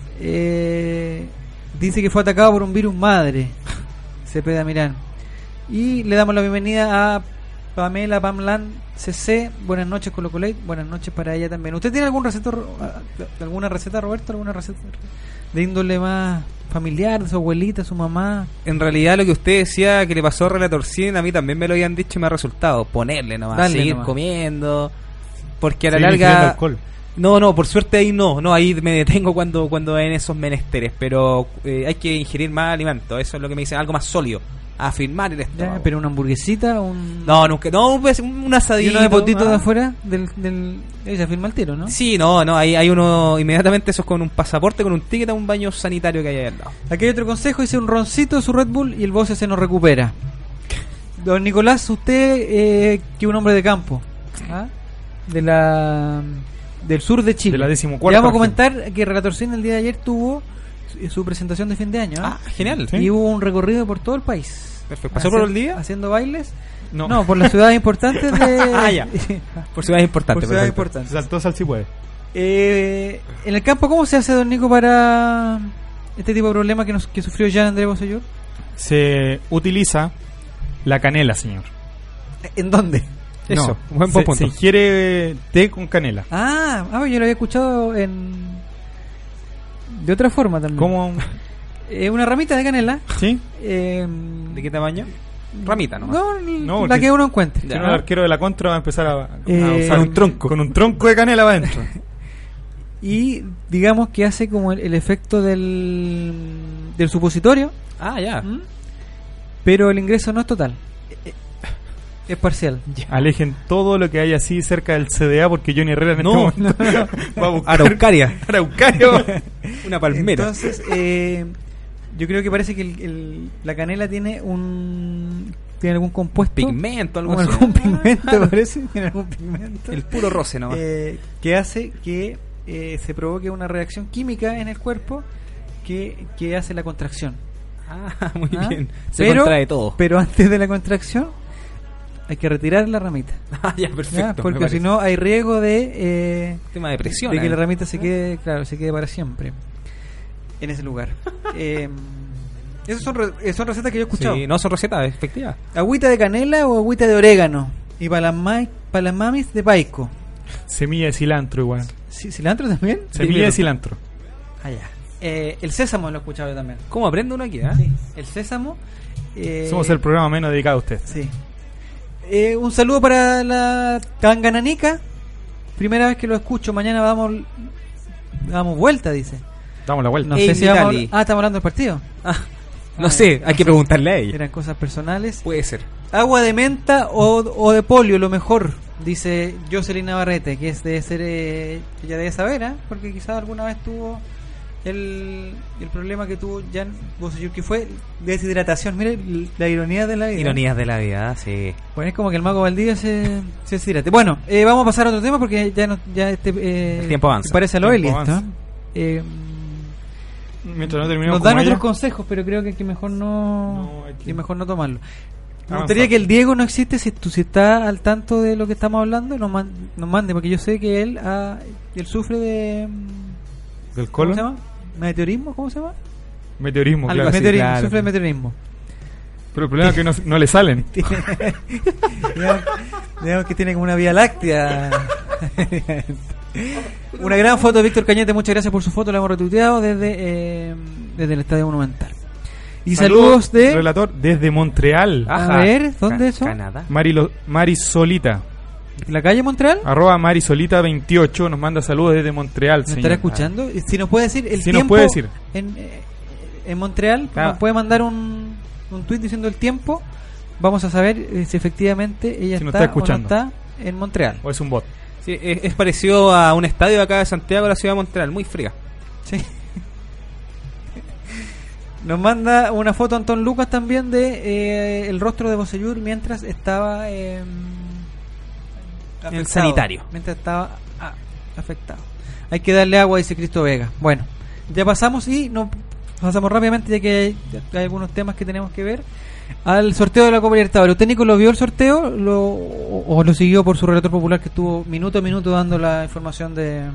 Dice que fue atacado por un virus madre, Cepeda Mirán. Y le damos la bienvenida a Pamela Pamlan CC. Buenas noches, Colo Colate. Buenas noches para ella también. ¿Usted tiene alguna receta, Roberto? ¿Alguna receta de índole más familiar, de su abuelita, su mamá? En realidad, lo que usted decía que le pasó a Relator 100, a mí también me lo habían dicho y me ha resultado. Ponerle nomás, seguir comiendo. Porque a la larga... Alcohol. No, por suerte ahí ahí me detengo cuando en esos menesteres. Pero hay que ingerir más alimento. Eso es lo que me dicen, algo más sólido. Afirmar el estómago. Pero una hamburguesita, No, nunca, un asadito. ¿Y uno de potito de afuera? Se afirma el tiro, ¿no? Sí, hay uno inmediatamente, eso es con un pasaporte, con un ticket a un baño sanitario que hay ahí al lado. Aquí hay otro consejo, dice un roncito de su Red Bull y el Voce se nos recupera. Don Nicolás, usted que es un hombre de campo, del sur de Chile. De la 14ª. Le vamos a comentar que Relator Cine el día de ayer tuvo su presentación de fin de año. Genial. Y hubo un recorrido por todo el país. Perfecto. ¿Pasó por el día? Haciendo bailes. No, por las ciudades importantes de... ya. Por ciudades importantes. Saltó sal si puede. En el campo, ¿cómo se hace, don Nico, para este tipo de problema que sufrió Jean André Bosellur? Se utiliza la canela, señor. ¿En dónde? Eso, buen punto. Se ingiere té con canela. Yo lo había escuchado de otra forma también. ¿Cómo? Una ramita de canela. ¿Sí? ¿De qué tamaño? Ramita, ¿no? No, la que uno encuentre. Si no, el arquero de la contra va a empezar a usar un tronco. Con un tronco de canela va adentro. Y digamos que hace como el efecto del supositorio. Ya. Pero el ingreso no es total. Es parcial. Alejen todo lo que hay así cerca del CDA, porque Johnny Herrera en este momento va a buscar Araucaria. Una palmera. Entonces, yo creo que parece que la canela tiene algún compuesto, pigmento, algo así. Algún pigmento, parece. Tiene algún pigmento. El puro roce nomás. Que hace que se provoque una reacción química en el cuerpo que hace la contracción. Muy bien. Se contrae todo. Pero antes de la contracción hay que retirar la ramita. Ya, perfecto. Porque si no hay riesgo de tema de presión, de que la ramita se quede para siempre en ese lugar. Esas son recetas que yo he escuchado. Sí, no son recetas efectivas. Agüita de canela o agüita de orégano. Y para las mamis de paico. Semilla de cilantro igual. ¿Sí, cilantro también? Semilla de cilantro. Ya. El sésamo lo he escuchado yo también. ¿Cómo aprende uno aquí? Sí. El sésamo. Somos el programa menos dedicado a usted. Sí. Un saludo para la Tangananica. Primera vez que lo escucho. Mañana damos vuelta, dice. Damos la vuelta. No sé si estamos hablando del partido. No sé, hay que preguntarle a ella. Eran cosas personales. Puede ser. Agua de menta o de polio, lo mejor, dice Jocelyn Navarrete, que debe ser, ella debe saber, porque quizás alguna vez tuvo el problema que tuvo Jan Bosellur, que fue deshidratación. Mire la ironía de la vida. Ironías de la vida, sí. Bueno, es como que el mago Valdivia se deshidrate. Bueno, vamos a pasar a otro tema porque el tiempo avanza. Parece a lo Eli esto. Mientras no terminemos, nos dan otros consejos, pero creo que mejor no tomarlo. Me gustaría que el Diego no existe, si está al tanto de lo que estamos hablando, nos mande, porque yo sé que él sufre de... ¿Del colon? ¿Cómo se llama? ¿Meteorismo? ¿Cómo se llama? Meteorismo, claro. Claro. Sufre de meteorismo. Pero el problema es que no le salen. digamos que tiene como una vía láctea. Una gran foto de Víctor Cañete, muchas gracias por su foto, la hemos retuiteado desde el Estadio Monumental. Y saludos de... Relator desde Montreal. A ver, ¿dónde es eso? Canadá. Marisolita. ¿La calle Montreal? @Marisolita28 nos manda saludos desde Montreal. ¿Nos estará escuchando? Si nos puede decir el sí, tiempo nos puede decir. En Montreal, nos puede mandar un tweet diciendo el tiempo. Vamos a saber si efectivamente ella si está escuchando. o no está en Montreal. O es un bot. Sí, es parecido a un estadio de acá de Santiago, la ciudad de Montreal, muy fría. Sí. Nos manda una foto Antón Lucas también de el rostro de Bocellur mientras estaba en el sanitario. Mientras estaba afectado. Hay que darle agua, dice Cristo Vega. Bueno, ya pasamos y nos pasamos rápidamente, ya que hay algunos temas que tenemos que ver, al sorteo de la Copa Libertadores. ¿El técnico lo vio el sorteo o lo siguió por su relator popular que estuvo minuto a minuto dando la información del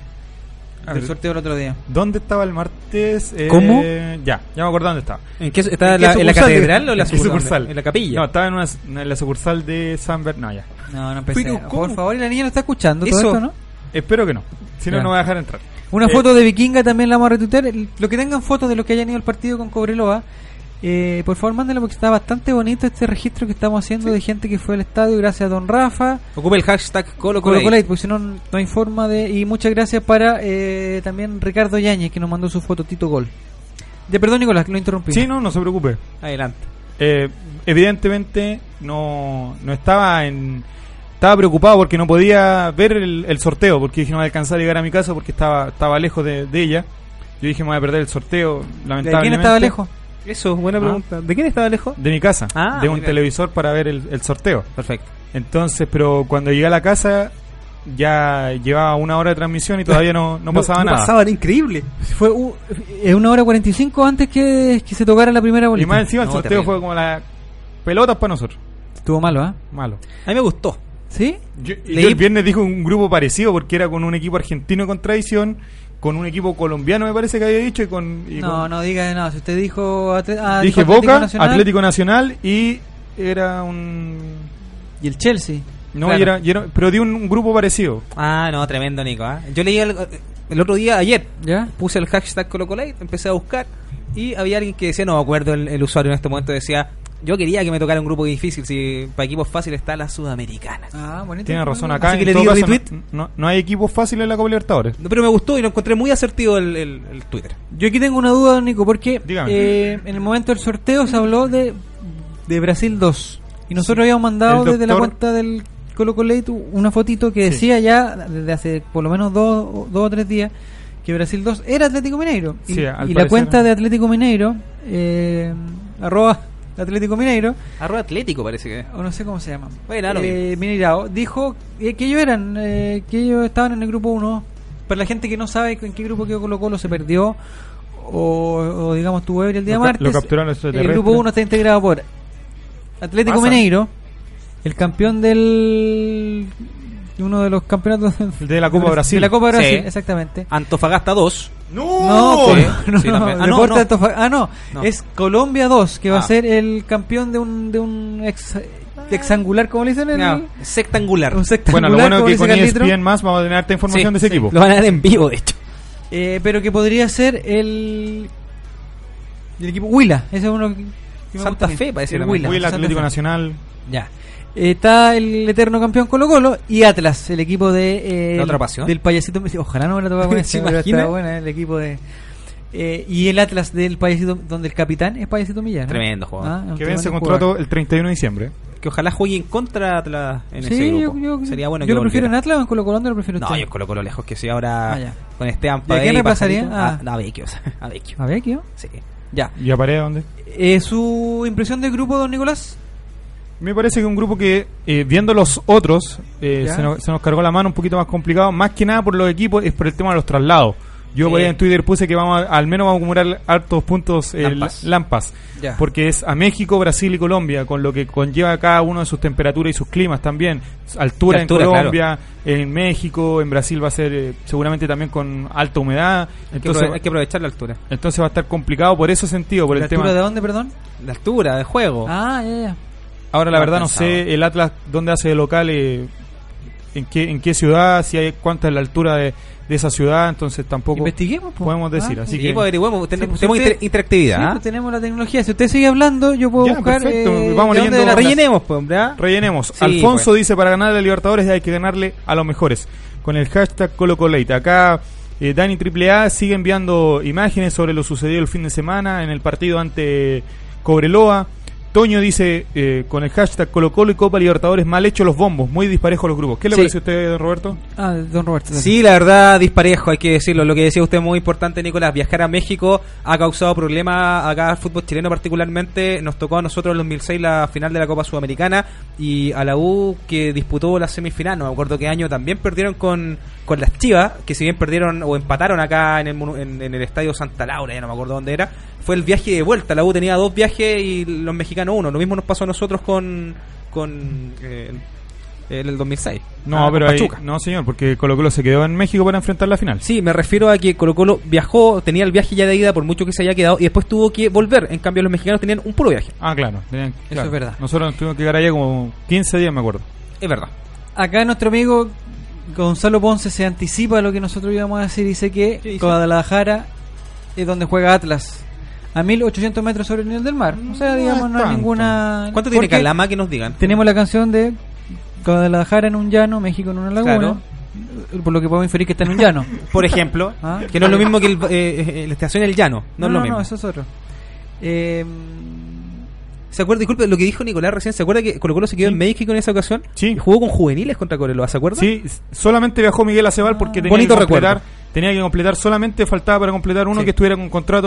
sorteo el otro día? ¿Dónde estaba el martes? ¿Cómo? Ya me acuerdo dónde estaba. ¿En qué estaba? ¿En la catedral o en la sucursal? ¿En la capilla? No, estaba en la sucursal de San Bernardo. No empecé. Por favor, y la niña no está escuchando todo esto, ¿no? Espero que no. Si no, no va a dejar entrar. Una foto de Vikinga también la vamos a retuitear. Lo que tengan fotos de los que hayan ido al partido con Cobreloa, por favor mándenla, porque está bastante bonito este registro que estamos haciendo de gente que fue al estadio. Gracias a Don Rafa. Ocupe el hashtag Colocolate, porque si no, no hay forma de... Y muchas gracias para también Ricardo Yáñez, que nos mandó su foto, Tito Gol. Perdón, Nicolás, que lo interrumpí. Sí, no se preocupe. Adelante. Evidentemente no estaba preocupado porque no podía ver el sorteo, porque dije no voy a alcanzar a llegar a mi casa porque estaba lejos de ella. Yo dije me voy a perder el sorteo, lamentablemente. ¿De quién estaba lejos? Eso, buena pregunta. ¿De quién estaba lejos? De mi casa, de un televisor para ver el sorteo. Perfecto. Entonces, pero cuando llegué a la casa ya llevaba 1 hora de transmisión y todavía no pasaba nada. Pasaba, era increíble. Fue 1 hora 45 antes que se tocara la primera bolita. Y más encima el sorteo fue como la pelotas para nosotros. Estuvo malo, Malo. A mí me gustó. ¿Sí? Yo el viernes dijo un grupo parecido porque era con un equipo argentino con tradición, con un equipo colombiano me parece que había dicho no diga nada. Si usted dijo dije Boca, Atlético Nacional y era un... Y el Chelsea. No, claro. Pero dio un grupo parecido. No, tremendo, Nico. Yo leí el otro día, ayer, ¿ya? Puse el hashtag Colocolate, empecé a buscar y había alguien que decía, no me acuerdo el usuario en este momento, decía... Yo quería que me tocara un grupo difícil. Si para equipos fáciles está la Sudamericana. Bonito. Tiene razón acá. Así que le digo retweet. No hay equipos fáciles en la Copa Libertadores. No, pero me gustó y lo encontré muy asertivo el Twitter. Yo aquí tengo una duda, Nico, porque en el momento del sorteo se habló de Brasil 2. Y nosotros habíamos mandado desde la cuenta del Colocolate una fotito que decía ya desde hace por lo menos 2 o 3 días que Brasil 2 era Atlético Mineiro. Y la cuenta de Atlético Mineiro, @Atlético Mineiro, @Atlético parece que, o no sé cómo se llama, Mineirao, dijo que ellos eran que ellos estaban en el grupo 1. Para la gente que no sabe en qué grupo quedó Colo-Colo, se perdió o digamos tuvo ebrio el día martes, lo capturaron el grupo 1 está integrado por Atlético Mineiro, el campeón uno de los campeonatos de la Copa Brasil. De la Copa Brasil, sí. Exactamente. Antofagasta 2. Es Colombia 2, que va a ser el campeón de un hexangular, ¿cómo le dicen? Sectangular. Bueno, lo bueno es que con ESPN más vamos a tener harta información de ese equipo. Lo van a dar en vivo, de hecho. Pero que podría ser el equipo Huila. Ese es uno que Santa Fe, parece. El Huila, Atlético Nacional. Ya. Está el eterno campeón Colo-Colo y Atlas, el equipo de ¿La otra pasión? del payasito. Ojalá no me la toque con ese, pero está buena, el equipo de y el Atlas del payasito, donde el capitán es Payasito Millán. Tremendo jugador. Que vence contrato el 31 de diciembre. Que ojalá juegue en contra Atlas en ese grupo. Sería bueno. Yo lo prefiero en Atlas o en Colo-Colo, ¿dónde lo prefiero? No, yo en Colo-Colo lejos, que si ahora con Esteban Paredes. ¿Y a quién reemplazaría? A Vecchio. ¿A Vecchio? Sí. Ya. ¿Y a Paredes dónde? ¿Su impresión del grupo, don Nicolás? Me parece que un grupo que, viendo los otros, se nos cargó la mano un poquito más complicado, más que nada por los equipos, es por el tema de los traslados. Yo por ahí en Twitter puse que al menos vamos a acumular hartos puntos Lampas. Ya. Porque es a México, Brasil y Colombia, con lo que conlleva cada uno de sus temperaturas y sus climas también. Altura en Colombia, en México, en Brasil va a ser seguramente también con alta humedad. Entonces hay que aprovechar la altura. Entonces va a estar complicado por ese sentido, por ¿La el tema. altura de dónde, perdón? La altura de juego. Ah, ya. Ahora la verdad no sé el Atlas dónde hace de local, en qué ciudad, si hay cuánta es la altura de esa ciudad, entonces tampoco investiguemos, podemos decir, así que averiguemos, tenemos Sí, interactividad. pues tenemos la tecnología. Si usted sigue hablando, yo puedo buscar. Vamos leyendo. Rellenemos, pues, hombre. Rellenemos. Sí, Alfonso pues. dice: para ganar a Libertadores hay que ganarle a los mejores. Con el hashtag ColoColeite. Acá Dani AAA sigue enviando imágenes sobre lo sucedido el fin de semana en el partido ante Cobreloa. Toño dice con el hashtag Colo Colo y Copa Libertadores, mal hecho los bombos, muy disparejo los grupos. ¿Qué le parece a usted, don Roberto? Don Roberto. Sí, la verdad, disparejo, hay que decirlo. Lo que decía usted muy importante, Nicolás, viajar a México ha causado problemas acá al fútbol chileno particularmente. Nos tocó a nosotros en 2006 la final de la Copa Sudamericana y a la U que disputó la semifinal, no me acuerdo qué año, también perdieron con las Chivas, que si bien perdieron o empataron acá en el estadio Santa Laura, ya no me acuerdo dónde era. Fue el viaje de vuelta, la U tenía 2 viajes y los mexicanos 1. Lo mismo nos pasó a nosotros con el 2006. No, pero ahí, no, señor, porque Colo Colo se quedó en México para enfrentar la final. Sí, me refiero a que Colo Colo viajó, tenía el viaje ya de ida por mucho que se haya quedado y después tuvo que volver. En cambio los mexicanos tenían un puro viaje. Ah, claro. Eso es verdad. Nosotros nos tuvimos que quedar allá como 15 días, me acuerdo. Es verdad. Acá nuestro amigo Gonzalo Ponce se anticipa a lo que nosotros íbamos a decir. Dice que Guadalajara es donde juega Atlas, a 1800 metros sobre el nivel del mar. O sea, digamos, no hay ninguna... ¿Cuánto tiene Calama que nos digan? Tenemos la canción de Guadalajara en un llano, México en una laguna. Claro. Por lo que podemos inferir que está en un llano. Por ejemplo, que no es lo mismo que la estación El Llano. No es lo mismo. No, eso es otro. ¿Se acuerda? Disculpe, lo que dijo Nicolás recién. ¿Se acuerda que Colo Colo se quedó en México en esa ocasión? Sí. Jugó con juveniles contra Cobreloa, ¿se acuerda? Sí, solamente viajó Miguel Acebal porque tenía que completar, solamente faltaba para completar uno que estuviera con contrato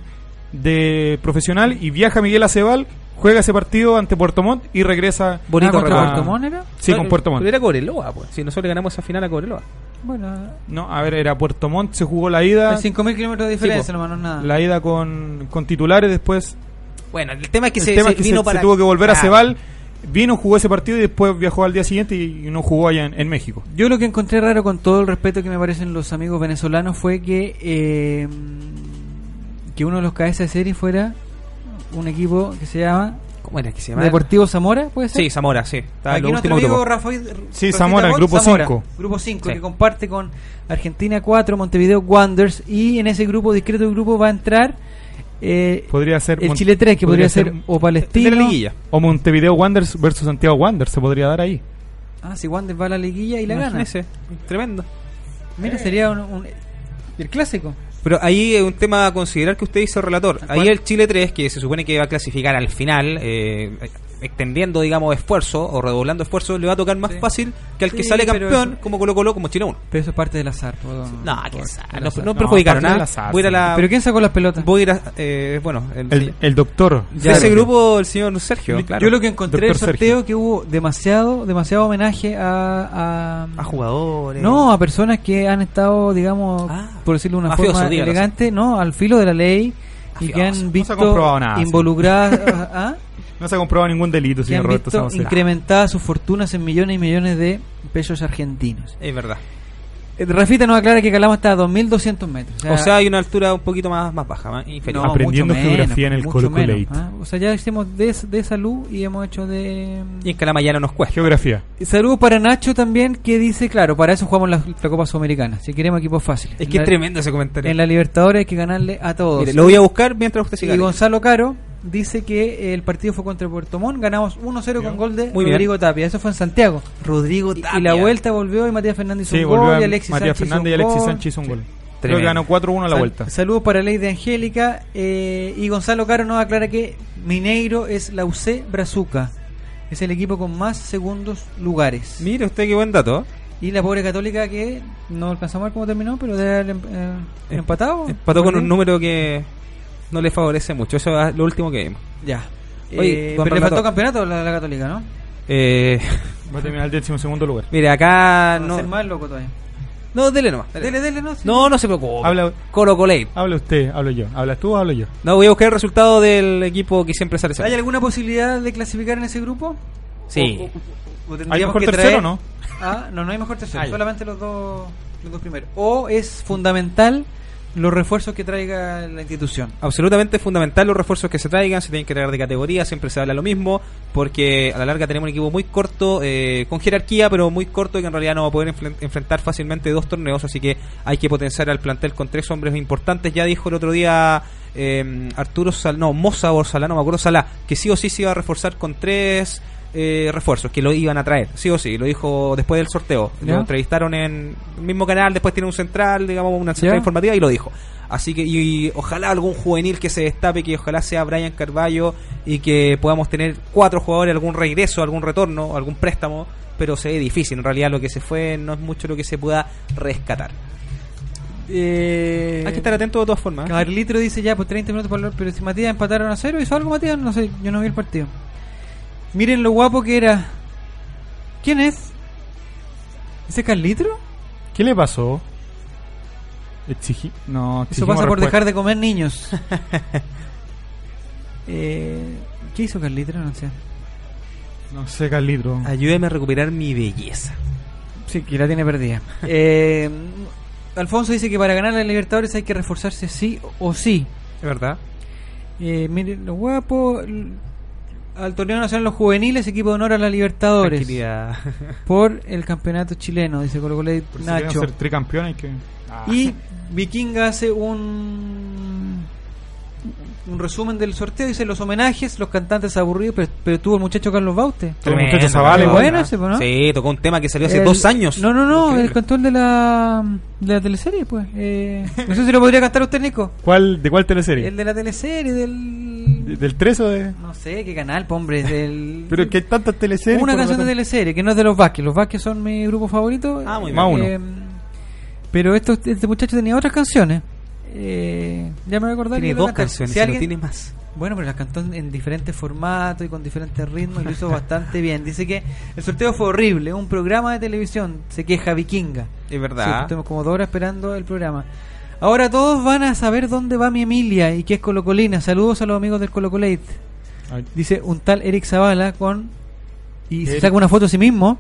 de profesional, y viaja Miguel Acebal, juega ese partido ante Puerto Montt y regresa. Bonito ¿Contra Puerto Montt era? Sí, con Puerto Montt. Pero era Cobreloa, pues. Si nosotros le ganamos esa final a Cobreloa. Bueno. No, a ver, era Puerto Montt, se jugó la ida. Hay 5.000 kilómetros de diferencia, hermano, nada. La ida con titulares, después. Bueno, el tema es que se tuvo que volver a Acebal. Vino, jugó ese partido y después viajó al día siguiente y no jugó allá en México. Yo lo que encontré raro, con todo el respeto que me parecen los amigos venezolanos, fue que uno de los cabezas de serie fuera un equipo que se llama... ¿Cómo era que se llama? ¿Deportivo Zamora, puede ser? Sí, Zamora, sí. Está aquí nuestro amigo Rafael. Sí, Zamora, el grupo 5. Grupo 5, que comparte con Argentina 4, Montevideo Wanderers, y en ese grupo, discreto grupo, va a entrar... podría ser el Chile 3, que podría ser o Palestino de la liguilla, o Montevideo Wanderers versus Santiago Wanderers, se podría dar ahí. Si Wanderers va a la liguilla y la gana. Tremendo. Mira, sería el clásico. Pero ahí es un tema a considerar que usted hizo, relator. Ahí el Chile 3, que se supone que va a clasificar al final, extendiendo, digamos, esfuerzo o redoblando esfuerzo, le va a tocar más fácil que al que sale campeón, como Colo Colo, como Chile 1. Pero eso es parte del azar. No perjudicaron nada. ¿Pero quién sacó las pelotas? Voy a ir el doctor. De ese grupo, el señor Sergio. Claro. Yo lo que encontré en el sorteo, que hubo demasiado homenaje a jugadores. No, a personas que han estado, digamos, por decirlo de una forma elegante, al filo de la ley, y que han visto involucradas... No se ha comprobado ningún delito, señor Roberto Sánchez. Incrementadas sus fortunas en millones y millones de pesos argentinos. Es verdad. Rafita nos aclara que Calama está a 2.200 metros. O sea, hay una altura un poquito más baja, más inferior. Aprendiendo geografía en el Colo Colo. O sea, ya hicimos de salud y hemos hecho de... Y en Calama ya no nos cuesta. Geografía. Saludos para Nacho también, que dice, claro, para eso jugamos la Copa Sudamericana, si queremos equipos fáciles. Es que es tremendo ese comentario. En la Libertadores hay que ganarle a todos. Mire, lo voy a buscar mientras usted siga. Y Gonzalo Caro dice que el partido fue contra Puerto Montt, ganamos 1-0 con gol de Rodrigo Tapia. Eso fue en Santiago. Rodrigo Tapia. Y la vuelta volvió y Matías Fernández hizo un gol, y Alexis Sánchez hizo un gol. Creo que ganó 4-1 a la vuelta. Saludos para Ley de Angélica. Y Gonzalo Caro nos aclara que Mineiro es la UC Brazuca. Es el equipo con más segundos lugares. Mire usted qué buen dato. Y la pobre Católica, que no alcanzamos a ver cómo terminó, pero debe haber empatado. Empató con un número que no le favorece mucho. Eso es lo último que vimos. Ya. Pero le faltó campeonato a la Católica, ¿no? Va a terminar el 12º lugar. Mire, acá no va a ser más loco todavía. No, dele nomás. Dele, no. Sí. No se preocupe. Habla Colo-Colate. Habla usted, hablo yo. ¿Hablas tú o hablo yo? No, voy a buscar el resultado del equipo que siempre sale. ¿Hay alguna posibilidad de clasificar en ese grupo? Sí. ¿O ¿Hay tendríamos mejor que tercero traer- o no? No hay mejor tercero, Ya. solamente los dos primeros. ¿O es fundamental los refuerzos que traiga la institución? Absolutamente fundamental los refuerzos que se traigan, se tienen que traer de categoría, siempre se habla lo mismo, porque a la larga tenemos un equipo muy corto, con jerarquía, pero muy corto, y que en realidad no va a poder enfrentar fácilmente 2 torneos, así que hay que potenciar al plantel con 3 hombres importantes. Ya dijo el otro día Moza o Salá, no me acuerdo, Salá, que sí o sí se iba a reforzar con 3 refuerzos, que lo iban a traer, sí o sí, lo dijo después del sorteo. ¿Ya? Lo entrevistaron en el mismo canal, después tiene un central, digamos, una central ¿Ya? informativa, y lo dijo. Así que, y ojalá algún juvenil que se destape, que ojalá sea Brian Carballo, y que podamos tener 4 jugadores, algún regreso, algún retorno, algún préstamo, pero se ve difícil. En realidad lo que se fue no es mucho lo que se pueda rescatar. Hay que estar atento de todas formas. Carlitro dice ya, pues 30 minutos para hablar, pero si Matías empataron a 0, ¿hizo algo Matías? No sé, yo no vi el partido. Miren lo guapo que era. ¿Quién es? ¿Ese Carlitro? ¿Qué le pasó? No, Eso exigimos pasa por respuesta. dejar de comer niños. ¿Qué hizo Carlitro? No sé. No sé, Carlitro. Ayúdeme a recuperar mi belleza. Sí, que la tiene perdida. Alfonso dice que para ganar la Libertadores hay que reforzarse sí o sí. ¿Es verdad? Miren lo guapo. Al torneo nacional los juveniles, equipo de honor a la Libertadores. Tranquilidad. Por el campeonato chileno, dice Colo-Colo Por si quieren Nacho. ser tricampeones que... Y Vikinga hace un resumen del sorteo, dice los homenajes, los cantantes aburridos, pero tuvo el muchacho Carlos Baute. Tuvo el muchacho Zavala igual. Bueno ese, ¿no? Sí, tocó un tema que salió hace 2 años. No, Increíble. el cantó el de la teleserie, pues. No sé si lo podría cantar usted, Nico. ¿De cuál teleserie? El de la teleserie, del... ¿Del 3 o de...? No sé, qué canal, po, hombre. Del... Pero que hay tantas teleseries. Una por lo canción de tanto. teleserie, que no es de los Vázquez. Los Vázquez son mi grupo favorito. Ah, muy bien. Más uno. Pero este muchacho tenía otras canciones. Ya me voy a acordar. Tiene que lo 2 canta. canciones, Si y alguien- no tiene más. Bueno, pero las cantó en diferentes formatos y con diferentes ritmos y lo hizo bastante bien. Dice que el sorteo fue horrible, un programa de televisión, se queja Vikinga. Es verdad. Sí, estuvimos como 2 horas esperando el programa. Ahora todos van a saber dónde va mi Emilia y que es colocolina. Saludos a los amigos del Colo-Colate. Ay. Dice un tal Eric Zavala y se Eric. saca una foto a sí mismo.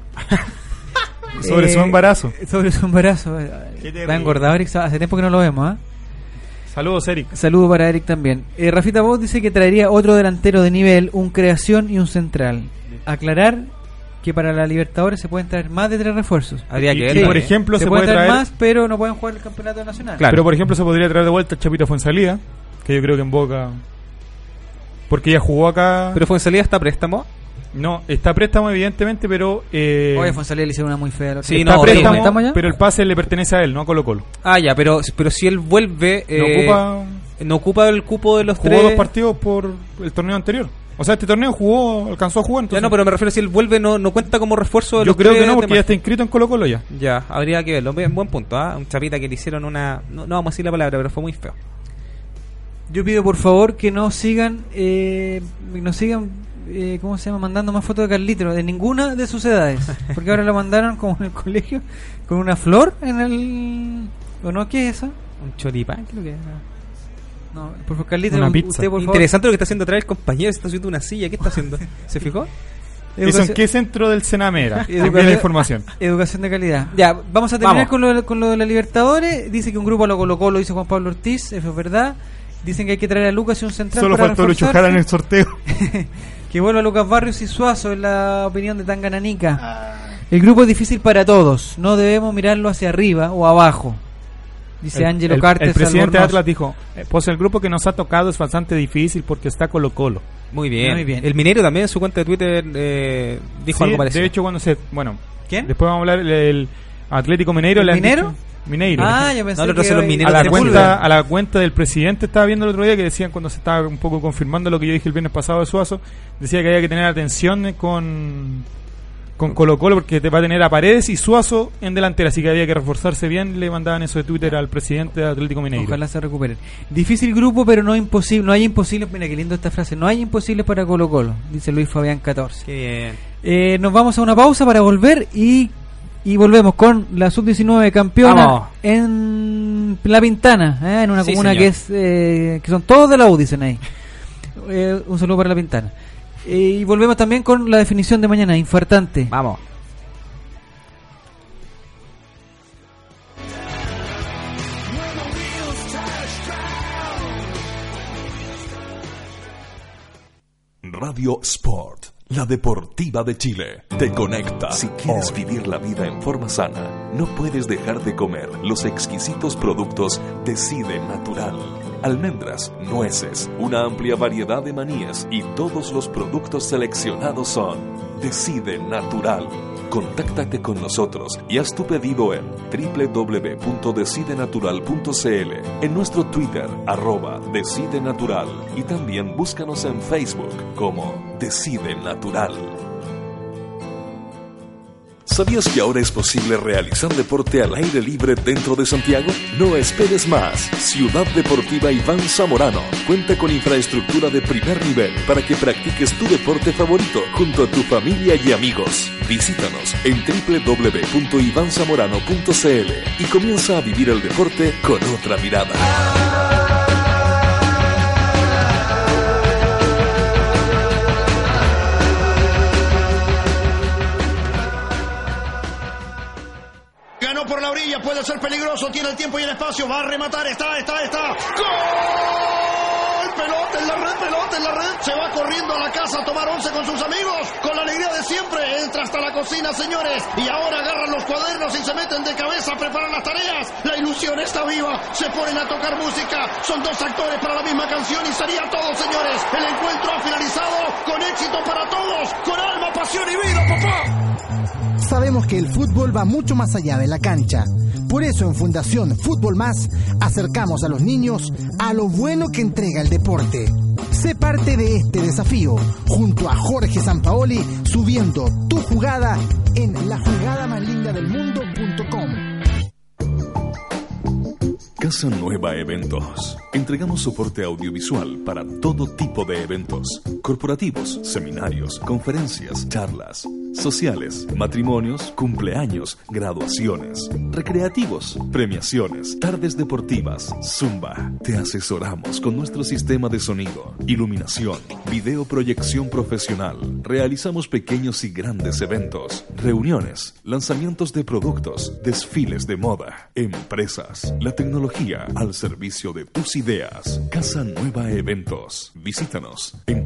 Sobre su embarazo. Sobre su embarazo. Qué Va terrible. engordado Eric Zavala. Hace tiempo que no lo vemos, ¿ah? Saludos, Eric. Saludo para Eric también. Rafita Bosch dice que traería otro delantero de nivel, un creación y un central. Aclarar que para la Libertadores se pueden traer más de 3 refuerzos. Habría que Y, verlo, por ejemplo, se pueden puede traer... más, pero no pueden jugar el campeonato nacional. Claro. Pero, por ejemplo, se podría traer de vuelta el Chapito Fuenzalía, que yo creo que en Boca... Porque ella jugó acá... Pero fue en salida hasta préstamo. No, está a préstamo, evidentemente, pero... Oye, Fonsalía le hicieron una muy fea. Sí, está no, a préstamo, ¿Estamos ya? pero el pase le pertenece a él, no a Colo-Colo. Ah, ya, pero si él vuelve... no ocupa el cupo de los Jugó 3... 2 partidos por el torneo anterior. O sea, este torneo alcanzó a jugar. Ya Entonces, no, pero me refiero, si él vuelve no cuenta como refuerzo de yo los creo 3 que no, porque ya demás. está inscrito en Colo-Colo ya. Ya, habría que verlo. Buen punto, ¿ah? Un chapita que le hicieron una... No vamos a decir la palabra, pero fue muy feo. Yo pido por favor que no sigan ¿cómo se llama? Mandando más fotos de Carlitro de ninguna de sus edades, porque ahora lo mandaron como en el colegio con una flor en el... ¿O no? ¿Qué es eso? Un choripán, creo que era. No, por favor, Carlitro, Una pizza. usted por favor. Interesante lo que está haciendo atrás el compañero. Se está subiendo una silla. ¿Qué está haciendo? ¿Se fijó? ¿Eso en qué centro del Senamera? Educación- Envía la información. Educación de calidad. Ya, vamos a terminar Vamos. con lo de la Libertadores. Dice que un grupo a lo Colo-Colo, dice Juan Pablo Ortiz, eso es verdad. Dicen que hay que traer a Lucas y un central. Solo para faltó Lucho reforzarse. Jara en el sorteo. Que vuelva Lucas Barrios y Suazo, en la opinión de Tangananica. El grupo es difícil para todos, no debemos mirarlo hacia arriba o abajo, dice Ángelo Cartes. El presidente de Albornoz. Atlas dijo, pues el grupo que nos ha tocado es bastante difícil porque está Colo-Colo. Muy bien. Muy bien. El Minero también en su cuenta de Twitter dijo Sí, algo parecido. de hecho, cuando bueno, ¿Quién? después vamos a hablar el Atlético Mineiro. ¿El le han Minero? dicho- Mineiro. Ah, yo pensé No, el otro que son los hoy- mineros a de a la cuenta del presidente estaba viendo el otro día que decían, cuando se estaba un poco confirmando lo que yo dije el viernes pasado de Suazo, decía que había que tener atención con Colo-Colo porque te va a tener a Paredes y Suazo en delantera, así que había que reforzarse bien. Le mandaban eso de Twitter al presidente de Atlético Mineiro. Ojalá se recuperen. Difícil grupo, pero no imposible. No hay imposibles. Mira qué lindo esta frase. No hay imposibles para Colo-Colo, dice Luis Fabián 14. Qué bien. Nos vamos a una pausa para volver y Y volvemos con la sub-19 campeona. Vamos. En La Pintana, en una Sí, comuna señor. que es que son todos de la U, dicen ahí. Un saludo para La Pintana. Y volvemos también con la definición de mañana, infartante. Vamos. Radio Sport, la deportiva de Chile, te conecta. Si quieres vivir la vida en forma sana, no puedes dejar de comer los exquisitos productos Decide Natural. Almendras, nueces, una amplia variedad de maníes y todos los productos seleccionados son Decide Natural. Contáctate con nosotros y haz tu pedido en www.decidenatural.cl, en nuestro Twitter, @DecideNatural, y también búscanos en Facebook como Decide Natural. ¿Sabías que ahora es posible realizar deporte al aire libre dentro de Santiago? No esperes más. Ciudad Deportiva Iván Zamorano cuenta con infraestructura de primer nivel para que practiques tu deporte favorito junto a tu familia y amigos. Visítanos en www.ivanzamorano.cl y comienza a vivir el deporte con otra mirada. Ganó por la orilla, puede ser peligroso, tiene el tiempo y el espacio, va a rematar, está. ¡Gol! Pelota en la red, se va corriendo a la casa a tomar once con sus amigos, con la alegría de siempre, entra hasta la cocina, señores, y ahora agarran los cuadernos y se meten de cabeza a preparar las tareas. La ilusión está viva, se ponen a tocar música, son dos actores para la misma canción y sería todo, señores. El encuentro ha finalizado con éxito para todos, con alma, pasión y vida, papá. Sabemos que el fútbol va mucho más allá de la cancha. Por eso en Fundación Fútbol Más acercamos a los niños a lo bueno que entrega el deporte. Sé parte de este desafío junto a Jorge Sampaoli, subiendo tu jugada en lajugadamalindadelmundo.com. Casa Nueva Eventos. Entregamos soporte audiovisual para todo tipo de eventos: corporativos, seminarios, conferencias, charlas, sociales, matrimonios, cumpleaños, graduaciones, recreativos, premiaciones, tardes deportivas, zumba. Te asesoramos con nuestro sistema de sonido, iluminación, videoproyección profesional. Realizamos pequeños y grandes eventos, reuniones, lanzamientos de productos, desfiles de moda, empresas, la tecnología al servicio de tus ideas. Casa Nueva Eventos. Visítanos en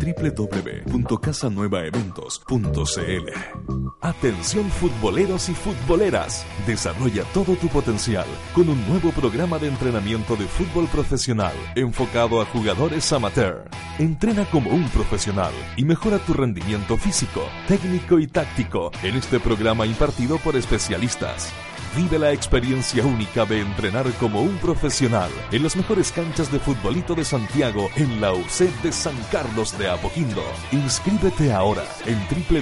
www.casanuevaeventos.cl. Atención futboleros y futboleras. Desarrolla todo tu potencial con un nuevo programa de entrenamiento de fútbol profesional enfocado a jugadores amateur. Entrena como un profesional y mejora tu rendimiento físico, técnico y táctico en este programa impartido por especialistas. Vive la experiencia única de entrenar como un profesional en las mejores canchas de futbolito de Santiago en la UC de San Carlos de Apoquindo. Inscríbete ahora en